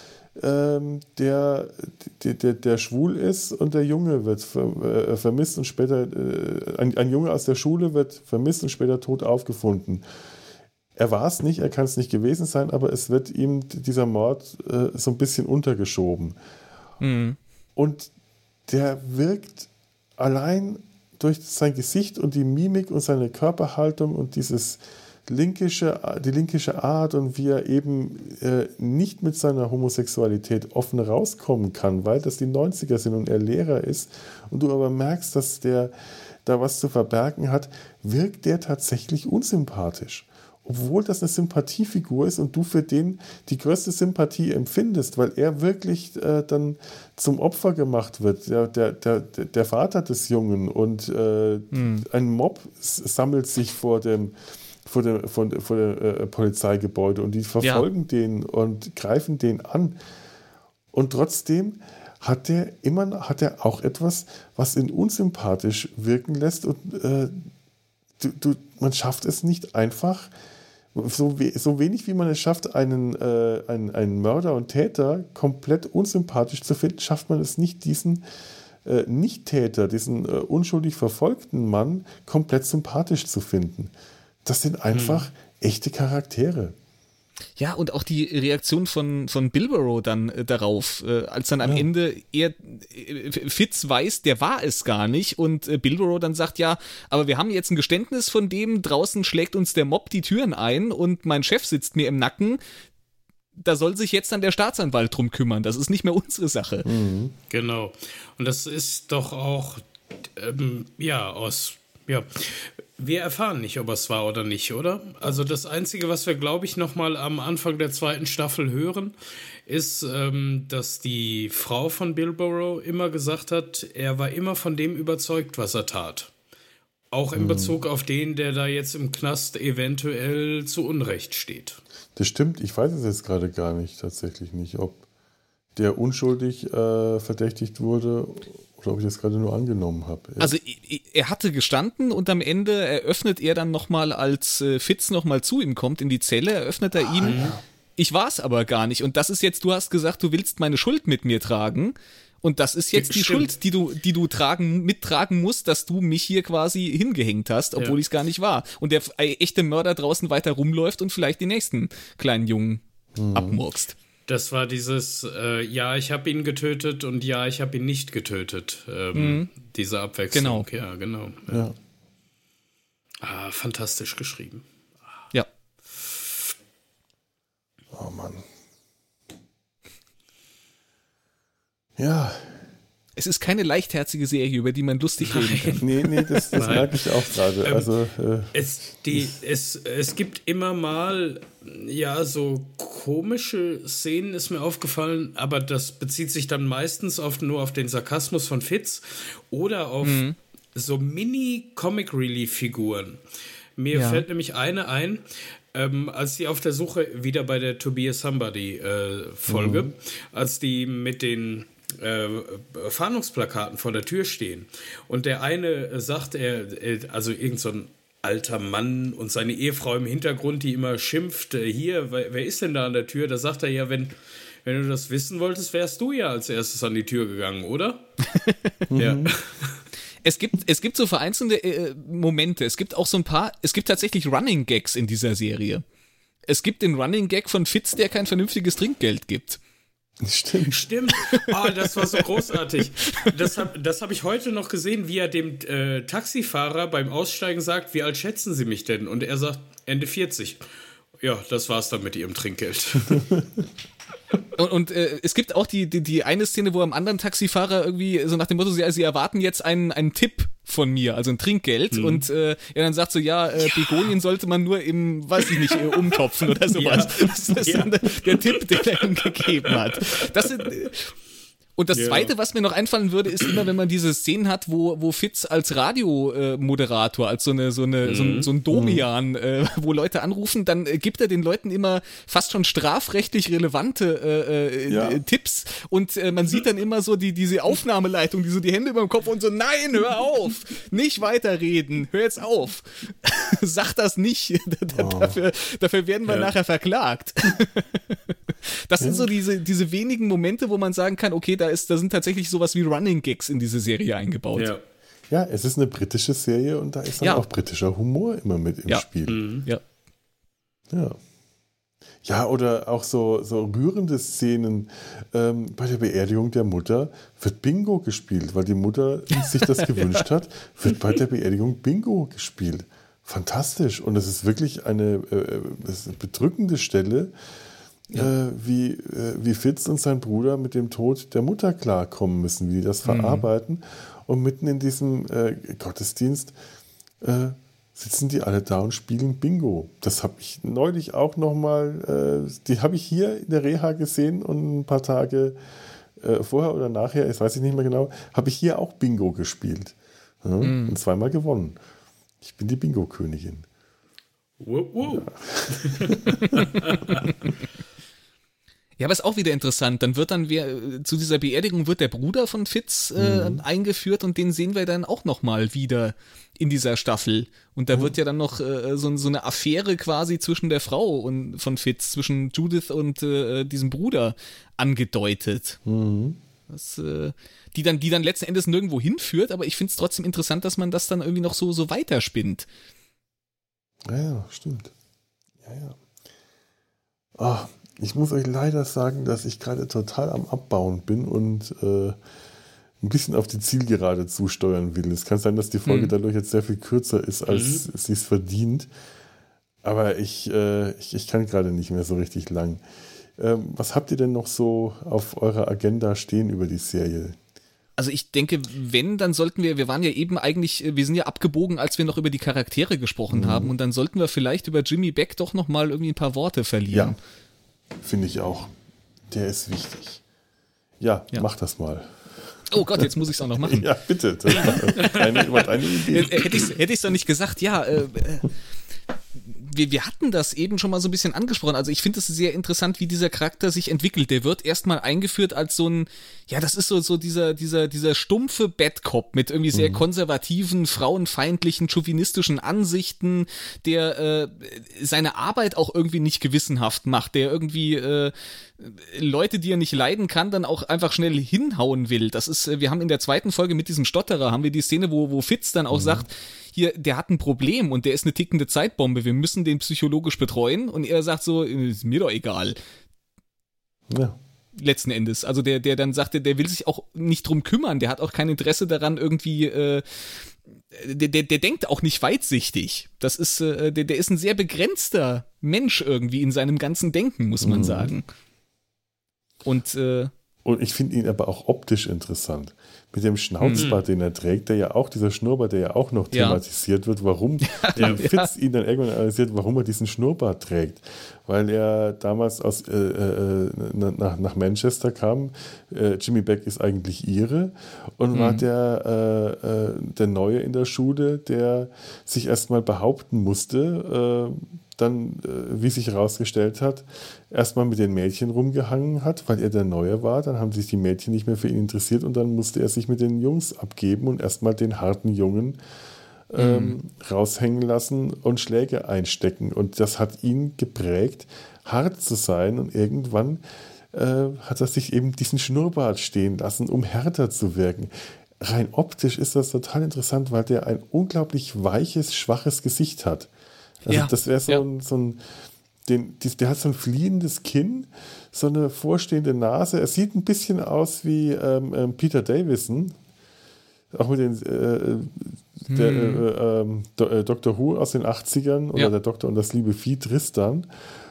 der schwul ist, und der Junge wird vermisst und später, ein Junge aus der Schule wird vermisst und später tot aufgefunden. Er war es nicht, er kann es nicht gewesen sein, aber es wird ihm dieser Mord so ein bisschen untergeschoben. Mhm. Und der wirkt allein durch sein Gesicht und die Mimik und seine Körperhaltung und die linkische Art und wie er eben nicht mit seiner Homosexualität offen rauskommen kann, weil das die 90er sind und er Lehrer ist und du aber merkst, dass der da was zu verbergen hat, wirkt der tatsächlich unsympathisch. Obwohl das eine Sympathiefigur ist und du für den die größte Sympathie empfindest, weil er wirklich dann zum Opfer gemacht wird, der Vater des Jungen, und ein Mob sammelt sich vor dem Polizeigebäude und die verfolgen den und greifen den an. Und trotzdem hat er auch etwas, was ihn unsympathisch wirken lässt, und man schafft es nicht einfach, so wenig wie man es schafft, einen Mörder und Täter komplett unsympathisch zu finden, schafft man es nicht, diesen Nicht-Täter, diesen unschuldig verfolgten Mann komplett sympathisch zu finden. Das sind einfach echte Charaktere. Ja, und auch die Reaktion von Bilbero dann darauf, als dann am Ende Fitz weiß, der war es gar nicht, und Bilbero dann sagt, ja, aber wir haben jetzt ein Geständnis von dem, draußen schlägt uns der Mob die Türen ein und mein Chef sitzt mir im Nacken, da soll sich jetzt dann der Staatsanwalt drum kümmern, das ist nicht mehr unsere Sache. Mhm. Genau, und das ist doch auch, wir erfahren nicht, ob es war oder nicht, oder? Also das Einzige, was wir, glaube ich, nochmal am Anfang der 2. Staffel hören, ist, dass die Frau von Bilbero immer gesagt hat, er war immer von dem überzeugt, was er tat. Auch in Bezug auf den, der da jetzt im Knast eventuell zu Unrecht steht. Das stimmt, ich weiß es jetzt gerade gar nicht, tatsächlich nicht, ob der unschuldig verdächtigt wurde oder ob ich das gerade nur angenommen habe. Also er hatte gestanden und am Ende eröffnet er dann nochmal, als Fitz nochmal zu ihm kommt in die Zelle, eröffnet er ihm, ich war es aber gar nicht. Und das ist jetzt, du hast gesagt, du willst meine Schuld mit mir tragen. Und das ist jetzt die Schuld, die du mittragen musst, dass du mich hier quasi hingehängt hast, obwohl ich es gar nicht war. Und der echte Mörder draußen weiter rumläuft und vielleicht die nächsten kleinen Jungen abmurkst. Das war dieses, ich habe ihn getötet und ich habe ihn nicht getötet. Diese Abwechslung. Genau. Ja, genau. Ja. Fantastisch geschrieben. Ja. Oh Mann. Ja. Es ist keine leichtherzige Serie, über die man lustig reden kann. Nee, das merke ich auch gerade. Also, es gibt immer mal, so komische Szenen, ist mir aufgefallen, aber das bezieht sich dann meistens nur auf den Sarkasmus von Fitz oder auf so Mini-Comic-Relief-Figuren. Mir fällt nämlich eine ein, als die auf der Suche, wieder bei der To Be a Somebody-Folge, als die mit den Fahndungsplakaten vor der Tür stehen und der eine sagt, also irgend so ein alter Mann und seine Ehefrau im Hintergrund, die immer schimpft, hier, wer ist denn da an der Tür? Da sagt er ja, wenn du das wissen wolltest, wärst du ja als erstes an die Tür gegangen, oder? Ja. Es gibt so vereinzelte Momente, es gibt auch so ein paar, es gibt tatsächlich Running Gags in dieser Serie. Es gibt den Running Gag von Fitz, der kein vernünftiges Trinkgeld gibt. Stimmt. Das war so großartig. Das hab ich heute noch gesehen, wie er dem Taxifahrer beim Aussteigen sagt, wie alt schätzen Sie mich denn? Und er sagt, Ende 40. Ja, das war's dann mit Ihrem Trinkgeld. Und es gibt auch die eine Szene, wo am anderen Taxifahrer irgendwie so nach dem Motto, sie erwarten jetzt einen Tipp von mir, also ein Trinkgeld. Und er dann sagt so, Begonien sollte man nur im, weiß ich nicht, umtopfen oder sowas. Ja. Das ist dann der Tipp, den er ihm gegeben hat. Und das Zweite, was mir noch einfallen würde, ist immer, wenn man diese Szenen hat, wo Fitz als Radiomoderator, als so ein Domian, wo Leute anrufen, dann gibt er den Leuten immer fast schon strafrechtlich relevante Tipps und man sieht dann immer so diese Aufnahmeleitung, die so die Hände über dem Kopf und so, nein, hör auf, nicht weiterreden, hör jetzt auf, sag das nicht, dafür werden wir nachher verklagt. Das sind so diese wenigen Momente, wo man sagen kann, okay, da sind tatsächlich sowas wie Running Gags in diese Serie eingebaut. Ja, es ist eine britische Serie und da ist dann auch britischer Humor immer mit im Spiel. Mhm. Ja, oder auch so rührende Szenen. Bei der Beerdigung der Mutter wird Bingo gespielt, weil die Mutter sich das gewünscht hat, wird bei der Beerdigung Bingo gespielt. Fantastisch. Und es ist wirklich eine bedrückende Stelle, wie Fitz und sein Bruder mit dem Tod der Mutter klarkommen müssen, wie die das verarbeiten. Und mitten in diesem Gottesdienst sitzen die alle da und spielen Bingo. Das habe ich neulich auch nochmal, die habe ich hier in der Reha gesehen und ein paar Tage vorher oder nachher, ich weiß nicht mehr genau, habe ich hier auch Bingo gespielt. Und zweimal gewonnen. Ich bin die Bingo-Königin. Wow. Ja, aber ist auch wieder interessant. Dann wird zu dieser Beerdigung wird der Bruder von Fitz eingeführt und den sehen wir dann auch nochmal wieder in dieser Staffel. Und da wird ja dann noch so eine Affäre quasi zwischen der Frau von Fitz, zwischen Judith und diesem Bruder angedeutet. Das, die dann letzten Endes nirgendwo hinführt, aber ich finde es trotzdem interessant, dass man das dann irgendwie noch so weiterspinnt. Ja, stimmt. Ja. Ich muss euch leider sagen, dass ich gerade total am Abbauen bin und ein bisschen auf die Zielgerade zusteuern will. Es kann sein, dass die Folge dadurch jetzt sehr viel kürzer ist, als sie es verdient. Aber ich kann gerade nicht mehr so richtig lang. Was habt ihr denn noch so auf eurer Agenda stehen über die Serie? Also ich denke, dann sollten wir waren ja eben eigentlich, wir sind ja abgebogen, als wir noch über die Charaktere gesprochen haben und dann sollten wir vielleicht über Jimmy Beck doch nochmal irgendwie ein paar Worte verlieren. Ja. Finde ich auch. Der ist wichtig. Ja, mach das mal. Oh Gott, jetzt muss ich es auch noch machen. Ja, bitte. Das war eine Idee. Hätte ich es doch nicht gesagt, wir hatten das eben schon mal so ein bisschen angesprochen. Also ich finde es sehr interessant, wie dieser Charakter sich entwickelt. Der wird erstmal eingeführt als so ein, das ist so dieser stumpfe Bad Cop mit irgendwie sehr konservativen, frauenfeindlichen, chauvinistischen Ansichten, der seine Arbeit auch irgendwie nicht gewissenhaft macht, der irgendwie Leute, die er nicht leiden kann, dann auch einfach schnell hinhauen will. Das ist, wir haben in der zweiten Folge mit diesem Stotterer, haben wir die Szene, wo Fitz dann auch sagt, hier, der hat ein Problem und der ist eine tickende Zeitbombe, wir müssen den psychologisch betreuen und er sagt so, ist mir doch egal. Ja. Letzten Endes. Also der dann sagte, der will sich auch nicht drum kümmern, der hat auch kein Interesse daran irgendwie, der denkt auch nicht weitsichtig. Das ist, der ist ein sehr begrenzter Mensch irgendwie in seinem ganzen Denken, muss man sagen. Und ich finde ihn aber auch optisch interessant. Mit dem Schnauzbart, den er trägt, dieser Schnurrbart, der ja auch noch thematisiert wird, warum Fitz ihn dann irgendwann analysiert, warum er diesen Schnurrbart trägt. Weil er damals nach Manchester kam, Jimmy Beck ist eigentlich Ire und war der Neue in der Schule, der sich erstmal behaupten musste, dann, wie sich herausgestellt hat, erstmal mit den Mädchen rumgehangen hat, weil er der Neue war. Dann haben sich die Mädchen nicht mehr für ihn interessiert und dann musste er sich mit den Jungs abgeben und erstmal den harten Jungen raushängen lassen und Schläge einstecken. Und das hat ihn geprägt, hart zu sein und irgendwann hat er sich eben diesen Schnurrbart stehen lassen, um härter zu wirken. Rein optisch ist das total interessant, weil der ein unglaublich weiches, schwaches Gesicht hat. Also das wäre der hat so ein fliehendes Kinn, so eine vorstehende Nase. Er sieht ein bisschen aus wie Peter Davison, auch mit den Doctor Who aus den 80ern oder der Doktor und das liebe Vieh Tristan.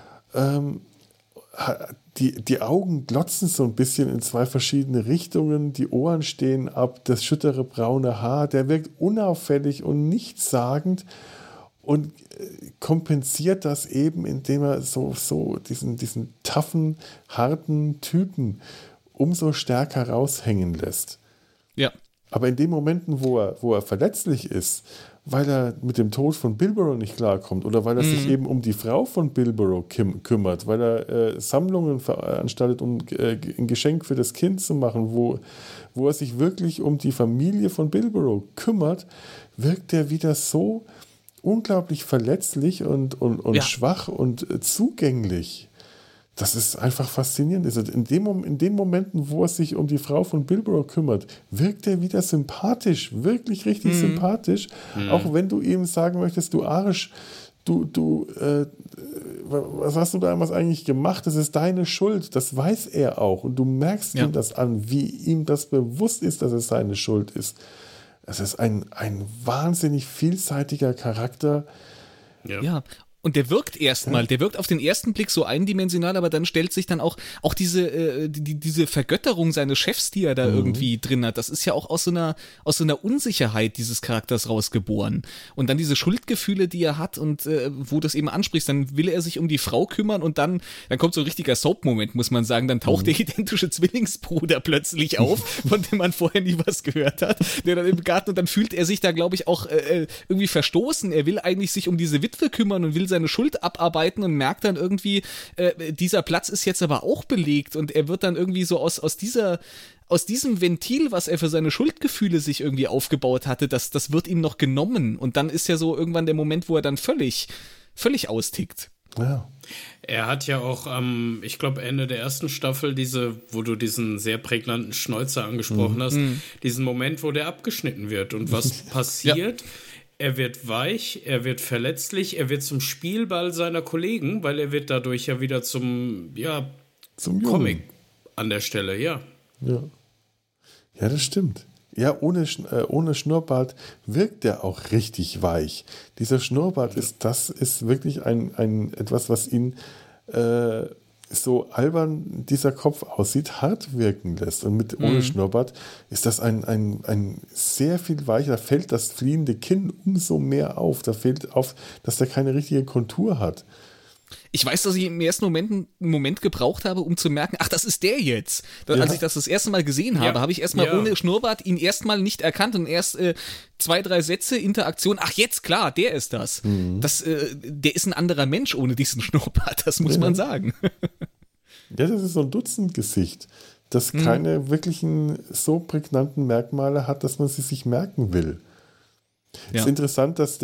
Die Augen glotzen so ein bisschen in zwei verschiedene Richtungen, die Ohren stehen ab, das schüttere braune Haar, der wirkt unauffällig und nichtssagend und kompensiert das eben, indem er so diesen toughen, harten Typen umso stärker raushängen lässt. Ja. Aber in den Momenten, wo er verletzlich ist, weil er mit dem Tod von Bilborough nicht klarkommt oder weil er sich eben um die Frau von Bilborough kümmert, weil er Sammlungen veranstaltet, um ein Geschenk für das Kind zu machen, wo er sich wirklich um die Familie von Bilborough kümmert, wirkt er wieder so unglaublich verletzlich und schwach und zugänglich. Das ist einfach faszinierend. Also in den Momenten, wo er sich um die Frau von Bilborough kümmert, wirkt er wieder sympathisch, wirklich richtig sympathisch. Auch wenn du ihm sagen möchtest, du Arsch, was hast du damals eigentlich gemacht? Das ist deine Schuld. Das weiß er auch. Und du merkst ihm das an, wie ihm das bewusst ist, dass es seine Schuld ist. Es ist ein wahnsinnig vielseitiger Charakter. Ja. Und der wirkt erstmal, der wirkt auf den ersten Blick so eindimensional, aber dann stellt sich dann auch diese Vergötterung seines Chefs, die er da irgendwie drin hat, das ist ja auch aus so einer Unsicherheit dieses Charakters rausgeboren. Und dann diese Schuldgefühle, die er hat und wo du das eben ansprichst, dann will er sich um die Frau kümmern und dann kommt so ein richtiger Soap-Moment, muss man sagen, dann taucht der identische Zwillingsbruder plötzlich auf, von dem man vorher nie was gehört hat, der dann im Garten, und dann fühlt er sich da, glaube ich, auch irgendwie verstoßen. Er will eigentlich sich um diese Witwe kümmern und will seine Schuld abarbeiten und merkt dann irgendwie, dieser Platz ist jetzt aber auch belegt und er wird dann irgendwie so aus diesem Ventil, was er für seine Schuldgefühle sich irgendwie aufgebaut hatte, das wird ihm noch genommen und dann ist ja so irgendwann der Moment, wo er dann völlig austickt. Ja. Er hat ja auch ich glaube, Ende der ersten Staffel wo du diesen sehr prägnanten Schnäuzer angesprochen hast, diesen Moment, wo der abgeschnitten wird und was passiert. Ja. Er wird weich, er wird verletzlich, er wird zum Spielball seiner Kollegen, weil er wird dadurch ja wieder zum Comic an der Stelle, ja. Ja, das stimmt. Ja, ohne Schnurrbart wirkt er auch richtig weich. Dieser Schnurrbart ist wirklich etwas, was ihn so albern dieser Kopf aussieht, hart wirken lässt. Und ohne Schnurrbart ist das ein sehr viel weicher, da fällt das fliehende Kinn umso mehr auf. Da fällt auf, dass der keine richtige Kontur hat. Ich weiß, dass ich im ersten Moment einen Moment gebraucht habe, um zu merken, ach, das ist der jetzt. Als ich das erste Mal gesehen habe, habe ich erstmal ohne Schnurrbart ihn erstmal nicht erkannt und erst 2, 3 Sätze, Interaktion, ach jetzt, klar, der ist das. Der ist ein anderer Mensch ohne diesen Schnurrbart, das muss man sagen. Ja, das ist so ein Dutzendgesicht, das keine wirklichen so prägnanten Merkmale hat, dass man sie sich merken will. Es ist interessant, dass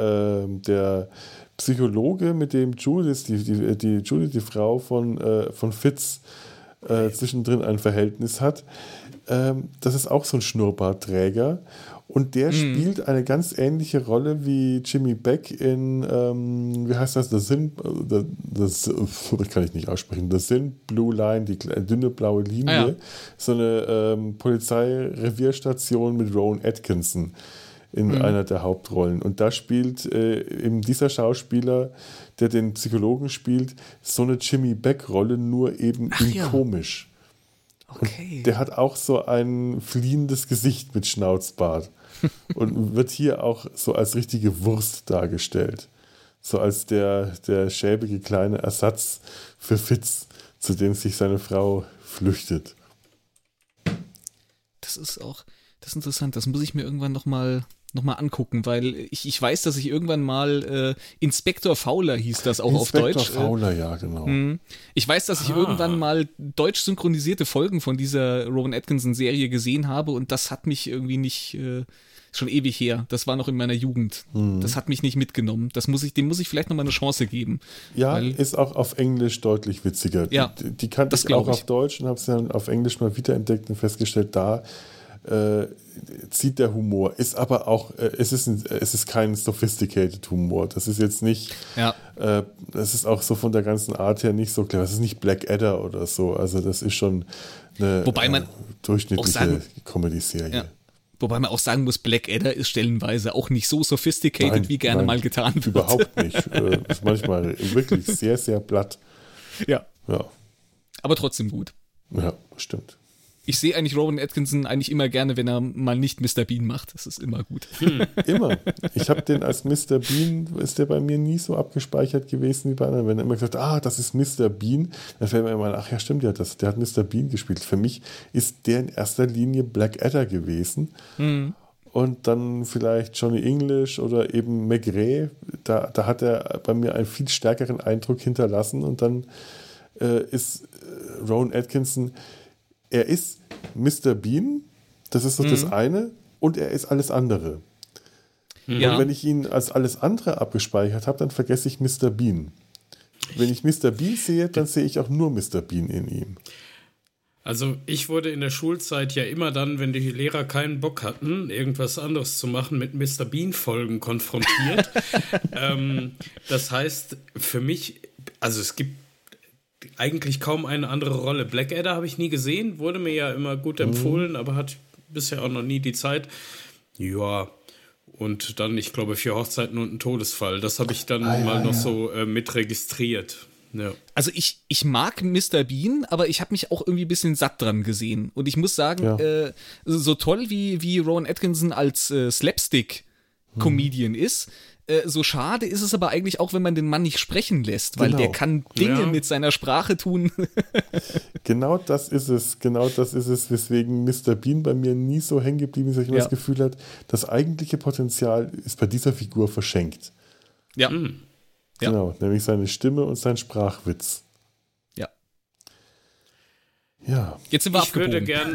der Psychologe, mit dem Judith, die Frau von Fitz, zwischendrin ein Verhältnis hat, das ist auch so ein Schnurrbartträger und der spielt eine ganz ähnliche Rolle wie Jimmy Beck in, wie heißt das, das kann ich nicht aussprechen, The Thin Blue Line, die dünne blaue Linie, so eine Polizeirevierstation mit Rowan Atkinson in einer der Hauptrollen. Und da spielt eben dieser Schauspieler, der den Psychologen spielt, so eine Jimmy Beck-Rolle, nur eben komisch. Okay. Und der hat auch so ein fliehendes Gesicht mit Schnauzbart und wird hier auch so als richtige Wurst dargestellt. So als der schäbige kleine Ersatz für Fitz, zu dem sich seine Frau flüchtet. Das ist interessant. Das muss ich mir irgendwann noch mal angucken, weil ich weiß, dass ich irgendwann mal Inspektor Fowler hieß das auch auf Deutsch. Inspektor Fowler, ja, genau. Ich weiß, dass ich irgendwann mal deutsch synchronisierte Folgen von dieser Rowan Atkinson-Serie gesehen habe und das hat mich irgendwie nicht, schon ewig her, das war noch in meiner Jugend. Das hat mich nicht mitgenommen. Dem muss ich vielleicht noch mal eine Chance geben. Ja, ist auch auf Englisch deutlich witziger. Ja, die kannte ich auch auf Deutsch und habe sie dann auf Englisch mal wiederentdeckt und festgestellt, da zieht der Humor, ist aber auch, es ist kein sophisticated Humor. Das ist jetzt nicht, das ist auch so von der ganzen Art her nicht so klar. Das ist nicht Blackadder oder so. Also das ist schon eine durchschnittliche Comedy-Serie. Ja. Wobei man auch sagen muss, Blackadder ist stellenweise auch nicht so sophisticated, wie gerne mal getan wird. Überhaupt nicht. Ist manchmal wirklich sehr, sehr platt. Ja. Aber trotzdem gut. Ja, stimmt. Ich sehe eigentlich Rowan Atkinson eigentlich immer gerne, wenn er mal nicht Mr. Bean macht. Das ist immer gut. Immer. Ich habe den als Mr. Bean, ist der bei mir nie so abgespeichert gewesen wie bei anderen. Wenn er immer gesagt hat, das ist Mr. Bean, dann fällt mir immer, ach ja stimmt, der hat Mr. Bean gespielt. Für mich ist der in erster Linie Blackadder gewesen. Und dann vielleicht Johnny English oder eben Maigret. Da hat er bei mir einen viel stärkeren Eindruck hinterlassen. Und dann ist Rowan Atkinson, er ist Mr. Bean, das ist so das eine, und er ist alles andere. Ja. Und wenn ich ihn als alles andere abgespeichert habe, dann vergesse ich Mr. Bean. Wenn ich Mr. Bean sehe, dann sehe ich auch nur Mr. Bean in ihm. Also ich wurde in der Schulzeit ja immer dann, wenn die Lehrer keinen Bock hatten, irgendwas anderes zu machen, mit Mr. Bean-Folgen konfrontiert. Das heißt, für mich, also es gibt eigentlich kaum eine andere Rolle. Blackadder habe ich nie gesehen, wurde mir ja immer gut empfohlen, aber hat bisher auch noch nie die Zeit. Ja, und dann, ich glaube, 4 Hochzeiten und ein Todesfall. Das habe ich dann noch so mit registriert. Ja. Also ich mag Mr. Bean, aber ich habe mich auch irgendwie ein bisschen satt dran gesehen. Und ich muss sagen, so toll wie Rowan Atkinson als Slapstick-Comedian ist, so schade ist es aber eigentlich auch, wenn man den Mann nicht sprechen lässt, weil der kann Dinge mit seiner Sprache tun. Genau das ist es, weswegen Mr. Bean bei mir nie so hängen geblieben ist, weil ich immer das Gefühl hat, das eigentliche Potenzial ist bei dieser Figur verschenkt. Ja. Genau, nämlich seine Stimme und sein Sprachwitz. Ja. Jetzt sind wir abgebogen.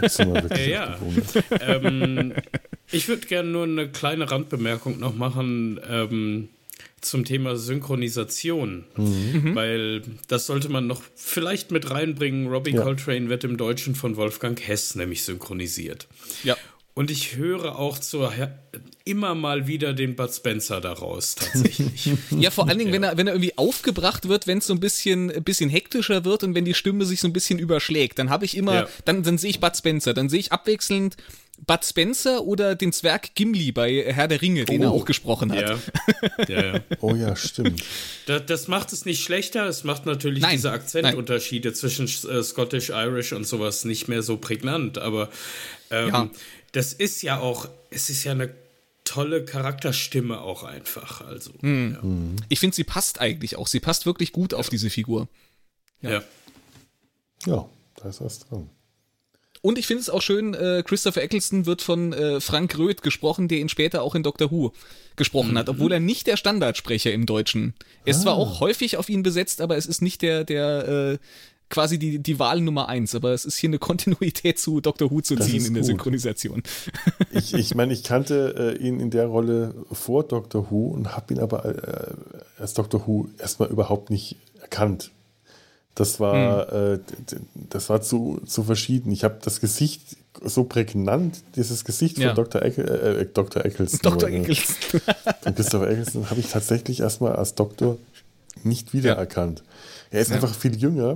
Ich würde gerne nur eine kleine Randbemerkung noch machen zum Thema Synchronisation, weil das sollte man noch vielleicht mit reinbringen. Robbie Coltrane wird im Deutschen von Wolfgang Hess nämlich synchronisiert. Ja. Und ich höre auch immer mal wieder den Bud Spencer daraus, tatsächlich. Ja, vor allen Dingen, wenn er irgendwie aufgebracht wird, wenn es so ein bisschen hektischer wird und wenn die Stimme sich so ein bisschen überschlägt, dann habe ich immer, dann sehe ich Bud Spencer, dann sehe ich abwechselnd Bud Spencer oder den Zwerg Gimli bei Herr der Ringe, den er auch gesprochen hat. Ja. Oh ja, stimmt. Das macht es nicht schlechter, es macht natürlich diese Akzentunterschiede zwischen Scottish, Irish und sowas nicht mehr so prägnant, aber das ist ja auch, es ist ja eine tolle Charakterstimme auch einfach. Also, Ich finde, sie passt eigentlich auch. Sie passt wirklich gut auf diese Figur. Ja, da ist was dran. Und ich finde es auch schön, Christopher Eccleston wird von Frank Röth gesprochen, der ihn später auch in Doctor Who gesprochen hat, obwohl er nicht der Standardsprecher im Deutschen. Er ist zwar auch häufig auf ihn besetzt, aber es ist nicht der quasi die Wahl Nummer 1, aber es ist hier eine Kontinuität zu Doctor Who zu ziehen in der Synchronisation. Ich meine, ich kannte ihn in der Rolle vor Doctor Who und habe ihn aber als Doctor Who erstmal überhaupt nicht erkannt. Das war zu verschieden. Ich habe das Gesicht so prägnant, dieses Gesicht von Dr. Eccleston. Von Christopher Eccleston habe ich tatsächlich erstmal als Doktor nicht wiedererkannt. Er ist einfach viel jünger.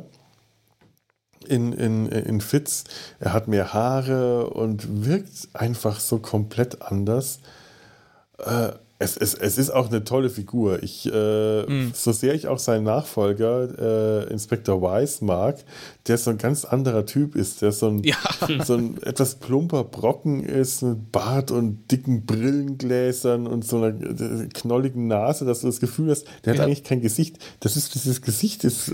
In Fitz, er hat mehr Haare und wirkt einfach so komplett anders. Es ist auch eine tolle Figur. So sehr ich auch seinen Nachfolger, Inspektor Wise, mag, der so ein ganz anderer Typ ist, der so ein etwas plumper Brocken ist, mit Bart und dicken Brillengläsern und so einer knolligen Nase, dass du das Gefühl hast, der hat eigentlich kein Gesicht. Dieses Gesicht ist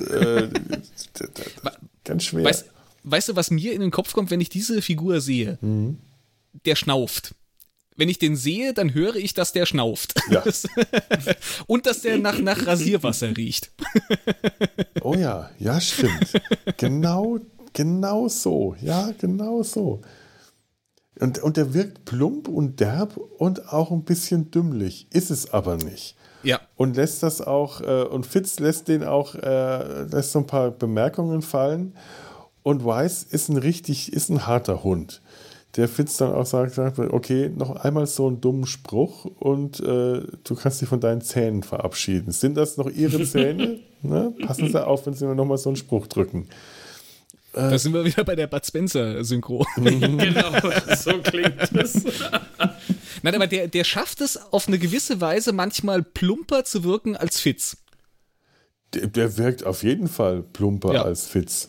ganz schwer. Weißt du, was mir in den Kopf kommt, wenn ich diese Figur sehe? Der schnauft. Wenn ich den sehe, dann höre ich, dass der schnauft. Ja. Und dass der nach Rasierwasser riecht. Oh ja, stimmt. Genau so. Ja, genau so. Und der wirkt plump und derb und auch ein bisschen dümmlich. Ist es aber nicht. Ja. Und lässt das auch, und Fitz lässt so ein paar Bemerkungen fallen. Und Wise ist ein harter Hund. Der Fitz dann auch sagt, okay, noch einmal so einen dummen Spruch und du kannst dich von deinen Zähnen verabschieden. Sind das noch Ihre Zähne? Ne? Passen Sie auf, wenn Sie mir nochmal so einen Spruch drücken. Da sind wir wieder bei der Bud Spencer-Synchro. Genau, so klingt es. Nein, aber der schafft es auf eine gewisse Weise manchmal plumper zu wirken als Fitz. Der wirkt auf jeden Fall plumper als Fitz.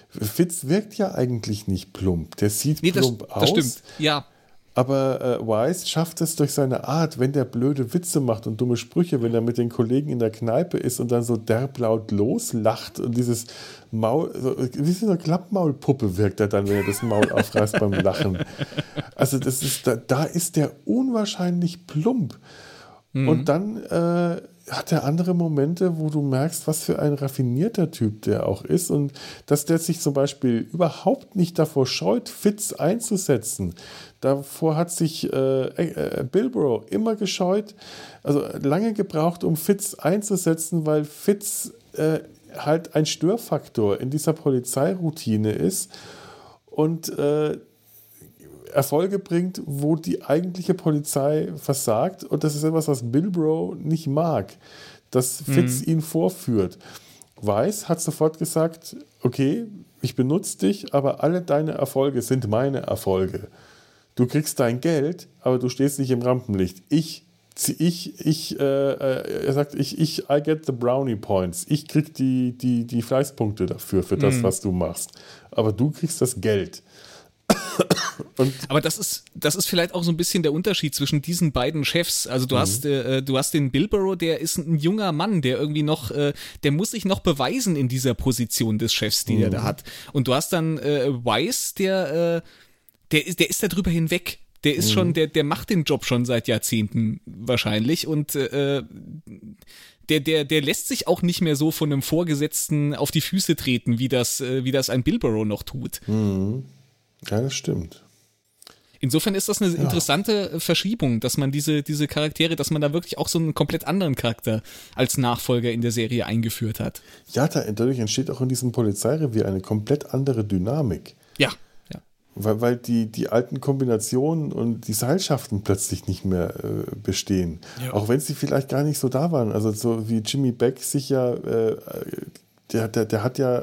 Fitz wirkt ja eigentlich nicht plump. Der sieht plump aus. Das stimmt, ja. Aber Wise schafft es durch seine Art, wenn der blöde Witze macht und dumme Sprüche, wenn er mit den Kollegen in der Kneipe ist und dann so derb-laut loslacht und dieses Maul, wie so eine Klappmaulpuppe wirkt er dann, wenn er das Maul aufreißt beim Lachen. Also das ist, da ist der unwahrscheinlich plump. Und dann hat er andere Momente, wo du merkst, was für ein raffinierter Typ der auch ist und dass der sich zum Beispiel überhaupt nicht davor scheut, Fitz einzusetzen. Davor hat sich Bilbro immer gescheut, also lange gebraucht, um Fitz einzusetzen, weil Fitz halt ein Störfaktor in dieser Polizeiroutine ist und Erfolge bringt, wo die eigentliche Polizei versagt. Und das ist etwas, was Bilbro nicht mag, dass Fitz ihn vorführt. Weiss hat sofort gesagt, okay, ich benutze dich, aber alle deine Erfolge sind meine Erfolge. Du kriegst dein Geld, aber du stehst nicht im Rampenlicht. Er sagt, I get the brownie points. Ich krieg die Fleißpunkte dafür, für das, was du machst. Aber du kriegst das Geld. Aber das ist vielleicht auch so ein bisschen der Unterschied zwischen diesen beiden Chefs. Also du hast den Bilbro, der ist ein junger Mann, der irgendwie noch, der muss sich noch beweisen in dieser Position des Chefs, die er da hat. Und du hast dann Wise, der ist da drüber hinweg. Der ist schon, der macht den Job schon seit Jahrzehnten wahrscheinlich und der lässt sich auch nicht mehr so von einem Vorgesetzten auf die Füße treten, wie das ein Bilbro noch tut. Ja, das stimmt. Insofern ist das eine interessante Verschiebung, dass man diese Charaktere, dass man da wirklich auch so einen komplett anderen Charakter als Nachfolger in der Serie eingeführt hat. Ja, dadurch entsteht auch in diesem Polizeirevier eine komplett andere Dynamik. Ja. Weil die alten Kombinationen und die Seilschaften plötzlich nicht mehr bestehen. Ja. Auch wenn sie vielleicht gar nicht so da waren. Also so wie Jimmy Beck sich ja... Der hat ja,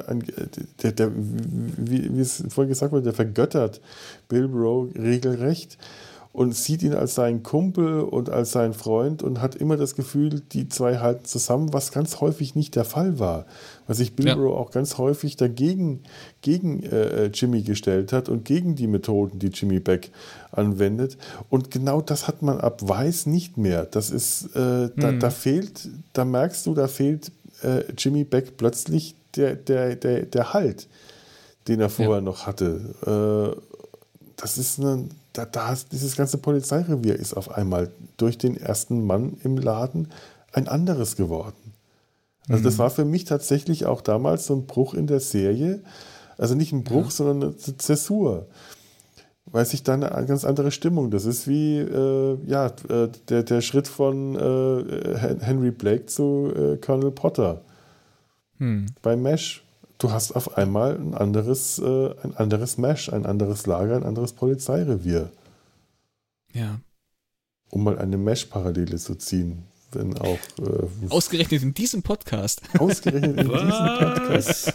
wie es vorhin gesagt wurde, der vergöttert Bilbro regelrecht und sieht ihn als seinen Kumpel und als seinen Freund und hat immer das Gefühl, die zwei halten zusammen, was ganz häufig nicht der Fall war. Weil sich Bilbro auch ganz häufig gegen Jimmy gestellt hat und gegen die Methoden, die Jimmy Beck anwendet. Und genau das hat man ab Weiß nicht mehr. Das ist, da merkst du, da fehlt Jimmy Beck plötzlich der Halt, den er vorher noch hatte. Das ist dieses ganze Polizeirevier ist auf einmal durch den ersten Mann im Laden ein anderes geworden. Also das war für mich tatsächlich auch damals so ein Bruch in der Serie. Also nicht ein Bruch, sondern eine Zäsur. Weil sich dann eine ganz andere Stimmung. Das ist wie der Schritt von Henry Blake zu Colonel Potter bei MASH. Du hast auf einmal ein anderes MASH, ein anderes Lager, ein anderes Polizeirevier. Ja. Um mal eine MASH-Parallele zu ziehen. Wenn auch, ausgerechnet in diesem Podcast. Ausgerechnet in diesem Podcast.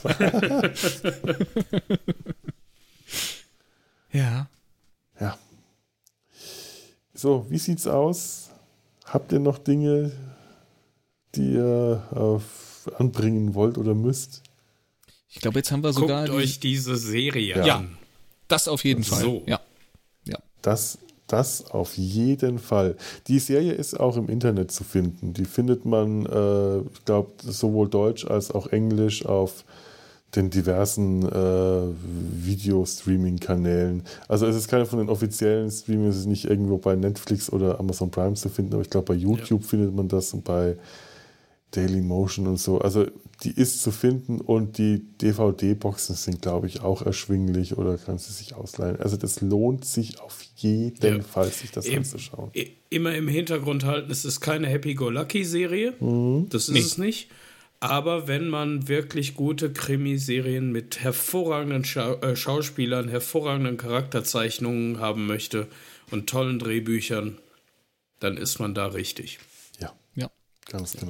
Ja. Ja. So, wie sieht's aus? Habt ihr noch Dinge, die ihr anbringen wollt oder müsst? Ich glaube, jetzt haben wir sogar... Guckt euch diese Serie an. Ja, das auf jeden Fall. So. Ja. Das auf jeden Fall. Die Serie ist auch im Internet zu finden. Die findet man, ich glaube, sowohl Deutsch als auch Englisch auf den diversen Video-Streaming-Kanälen. Also es ist keine von den offiziellen Streaming, es ist nicht irgendwo bei Netflix oder Amazon Prime zu finden, aber ich glaube bei YouTube findet man das und bei Dailymotion und so. Also die ist zu finden und die DVD-Boxen sind, glaube ich, auch erschwinglich oder kannst du sich ausleihen. Also das lohnt sich auf jeden Fall, sich das anzuschauen. Immer im Hintergrund halten, es ist keine Happy-Go-Lucky-Serie, das ist es nicht. Aber wenn man wirklich gute Krimiserien mit hervorragenden Schauspielern, hervorragenden Charakterzeichnungen haben möchte und tollen Drehbüchern, dann ist man da richtig. Ja. Ganz genau.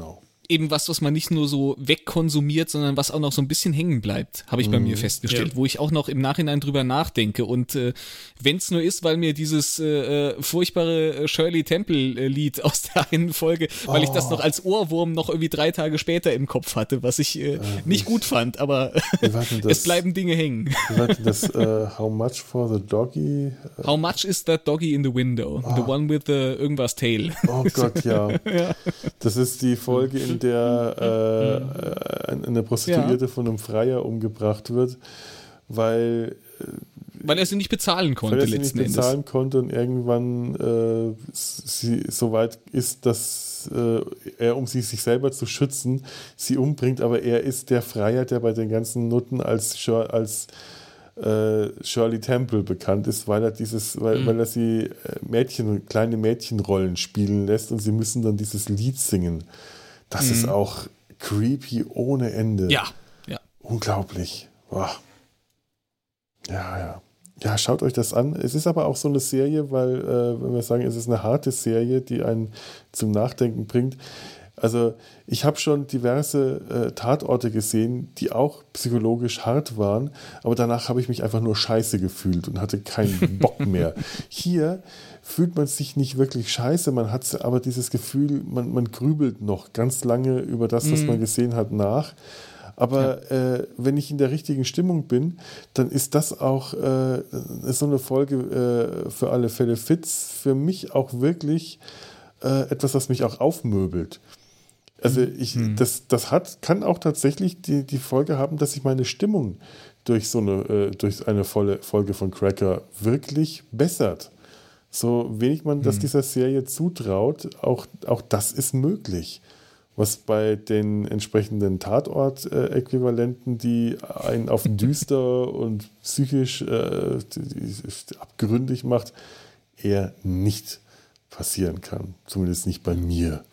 eben was man nicht nur so wegkonsumiert, sondern was auch noch so ein bisschen hängen bleibt, habe ich bei mir festgestellt, wo ich auch noch im Nachhinein drüber nachdenke. Und wenn es nur ist, weil mir dieses furchtbare Shirley Temple-Lied aus der einen Folge, weil ich das noch als Ohrwurm noch irgendwie 3 Tage später im Kopf hatte, was ich nicht gut fand, aber es bleiben Dinge hängen. Das How much for the doggy? How much is that doggy in the window? The one with the irgendwas tail. Oh Gott, ja. Das ist die Folge, in der eine Prostituierte von einem Freier umgebracht wird, weil er sie nicht bezahlen konnte letzten Endes. Konnte und irgendwann sie so weit ist, dass er, um sich selber zu schützen, sie umbringt, aber er ist der Freier, der bei den ganzen Nutten als Shirley Temple bekannt ist, weil er sie kleine Mädchenrollen spielen lässt und sie müssen dann dieses Lied singen. Das ist auch creepy ohne Ende. Ja. Unglaublich. Boah. Ja, schaut euch das an. Es ist aber auch so eine Serie, weil, wenn wir sagen, es ist eine harte Serie, die einen zum Nachdenken bringt. Also ich habe schon diverse Tatorte gesehen, die auch psychologisch hart waren, aber danach habe ich mich einfach nur scheiße gefühlt und hatte keinen Bock mehr. Hier fühlt man sich nicht wirklich scheiße, man hat aber dieses Gefühl, man grübelt noch ganz lange über das, was man gesehen hat, nach. Aber wenn ich in der richtigen Stimmung bin, dann ist das auch so eine Folge für alle Fälle Fitz, für mich auch wirklich etwas, was mich auch aufmöbelt. Also kann auch tatsächlich die Folge haben, dass ich meine Stimmung durch eine Folge von Cracker wirklich bessert. So wenig man das dieser Serie zutraut, auch das ist möglich. Was bei den entsprechenden Tatort-Äquivalenten, die einen auf düster und psychisch abgründig macht, eher nicht passieren kann. Zumindest nicht bei mir.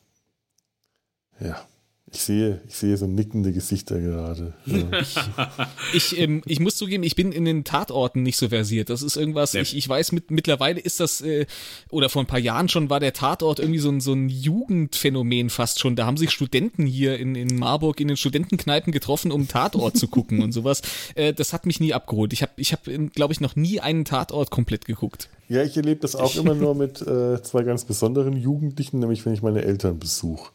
Ja, ich sehe so nickende Gesichter gerade. Ja. Ich muss zugeben, ich bin in den Tatorten nicht so versiert. Das ist irgendwas, ich weiß, mittlerweile ist das, oder vor ein paar Jahren schon, war der Tatort irgendwie so ein Jugendphänomen fast schon. Da haben sich Studenten hier in Marburg in den Studentenkneipen getroffen, um Tatort zu gucken und sowas. Das hat mich nie abgeholt. Ich hab, glaube ich, noch nie einen Tatort komplett geguckt. Ja, ich erlebe das auch immer nur mit 2 ganz besonderen Jugendlichen, nämlich wenn ich meine Eltern besuche.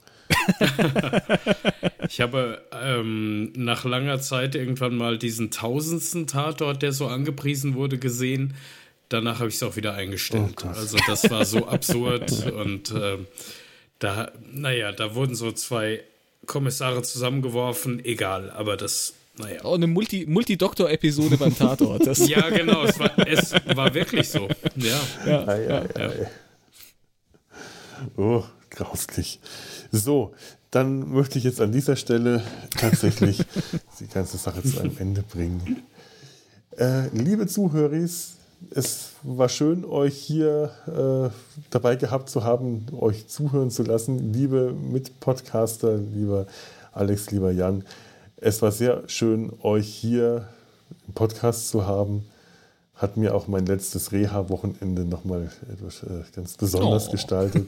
Ich habe nach langer Zeit irgendwann mal diesen 1000. Tatort, der so angepriesen wurde, gesehen. Danach habe ich es auch wieder eingestellt. Also das war so absurd und da wurden so 2 Kommissare zusammengeworfen. Egal, aber das, naja. Oh, eine Multi-Doktor-Episode beim Tatort. Ja, genau, es war wirklich so. Ja. Oh, grauslich. So, dann möchte ich jetzt an dieser Stelle tatsächlich die ganze Sache zu einem Ende bringen. Liebe Zuhörer, es war schön, euch hier dabei gehabt zu haben, euch zuhören zu lassen. Liebe Mitpodcaster, lieber Alex, lieber Jan, es war sehr schön, euch hier im Podcast zu haben. Hat mir auch mein letztes Reha-Wochenende nochmal etwas ganz besonders gestaltet.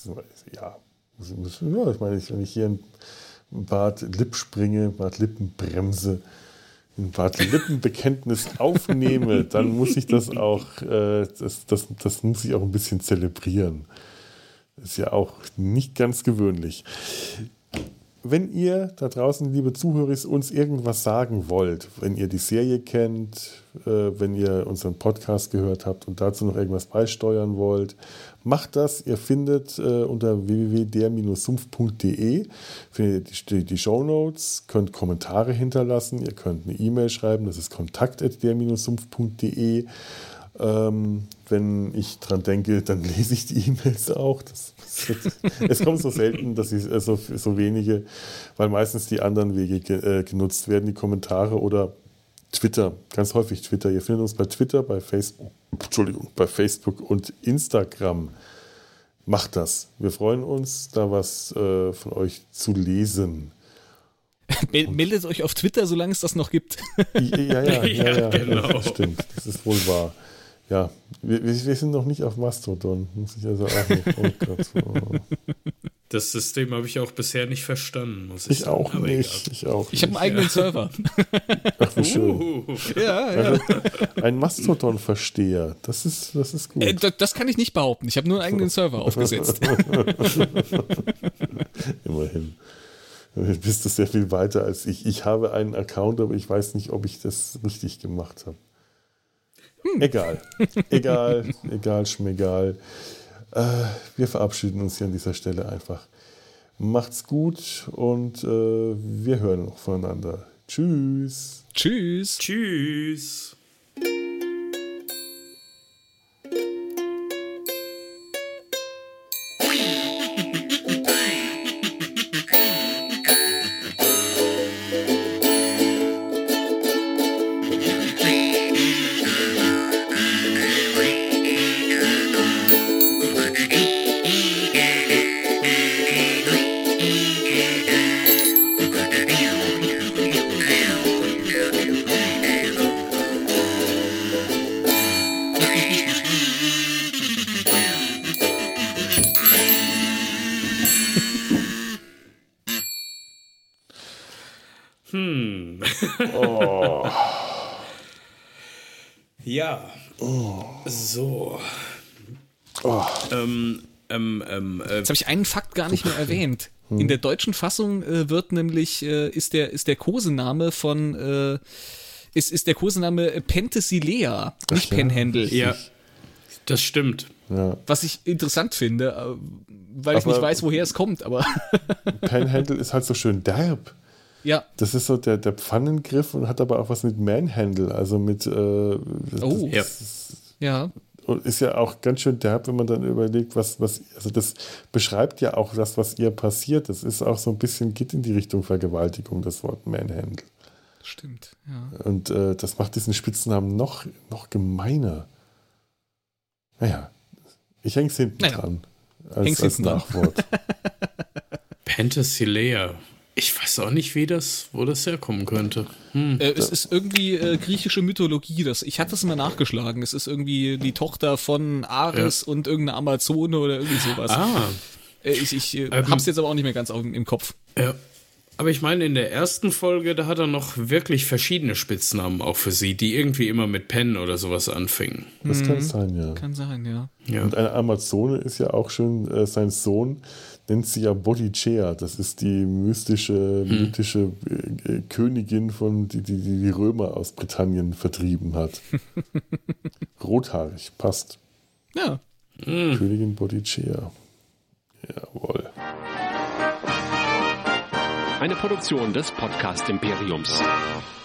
Ich meine, wenn ich hier in Bad Lipp springe, Bad Lippenbremse, ein Bad Lippenbekenntnis aufnehme, dann muss ich das auch, das muss ich auch ein bisschen zelebrieren. Das ist ja auch nicht ganz gewöhnlich. Wenn ihr da draußen, liebe Zuhörer, uns irgendwas sagen wollt, wenn ihr die Serie kennt, wenn ihr unseren Podcast gehört habt und dazu noch irgendwas beisteuern wollt, macht das. Ihr findet unter www.der-sumpf.de findet ihr die Shownotes, könnt Kommentare hinterlassen, ihr könnt eine E-Mail schreiben, das ist kontakt@der-sumpf.de. Wenn ich dran denke, dann lese ich die E-Mails auch. Es kommt so selten, dass ich so wenige, weil meistens die anderen Wege genutzt werden, die Kommentare oder Twitter, ganz häufig Twitter. Ihr findet uns bei Twitter, bei Facebook und Instagram. Macht das. Wir freuen uns, da was von euch zu lesen. Meldet euch auf Twitter, solange es das noch gibt. Ja, genau. Das stimmt. Das ist wohl wahr. Ja, wir sind noch nicht auf Mastodon. Muss ich also auch noch. Oh Gott. Oh. Das System habe ich auch bisher nicht verstanden, muss ich Ich sagen. auch Aber nicht. egal. Ich habe einen eigenen Server. Ach, wie schön. Ja. Ein Mastodon-Versteher. Das ist gut. Das kann ich nicht behaupten. Ich habe nur einen eigenen Server aufgesetzt. Immerhin. Du bist du sehr viel weiter als ich. Ich habe einen Account, aber ich weiß nicht, ob ich das richtig gemacht habe. Egal, schmegal. Wir verabschieden uns hier an dieser Stelle einfach. Macht's gut und wir hören noch voneinander. Tschüss. Tschüss. Tschüss. Ja. So. Jetzt habe ich einen Fakt gar nicht mehr erwähnt. In der deutschen Fassung wird nämlich, ist der Kosename von, ist der Kosename Penthesilea, nicht Penhandle. Ja, das stimmt. Ja. Was ich interessant finde, weil ich nicht weiß, woher es kommt, aber. Panhandle ist halt so schön derb. Ja. Das ist so der Pfannengriff und hat aber auch was mit Manhandle, also mit. Ja. Und ist ja auch ganz schön derb, wenn man dann überlegt, also das beschreibt ja auch das, was ihr passiert. Das ist auch so ein bisschen, geht in die Richtung Vergewaltigung, das Wort Manhandle. Stimmt, ja. Und das macht diesen Spitznamen noch gemeiner. Naja, ich hänge es hinten dran. Als Nachwort. Penthesilea. Ich weiß auch nicht, wo das herkommen könnte. Es ist irgendwie griechische Mythologie. Ich hatte es mal nachgeschlagen. Es ist irgendwie die Tochter von Ares und irgendeine Amazone oder irgendwie sowas. Ich hab's jetzt aber auch nicht mehr ganz im Kopf. Ja. Aber ich meine, in der ersten Folge, da hat er noch wirklich verschiedene Spitznamen auch für sie, die irgendwie immer mit Pen oder sowas anfingen. Das kann sein, ja. Kann sein, ja. Und eine Amazone ist ja auch schon, sein Sohn nennt sie ja Bodychea. Das ist die mythische Königin, die Römer aus Britannien vertrieben hat. Rothaarig, passt. Ja. Königin Bodychea. Jawohl. Eine Produktion des Podcast Imperiums.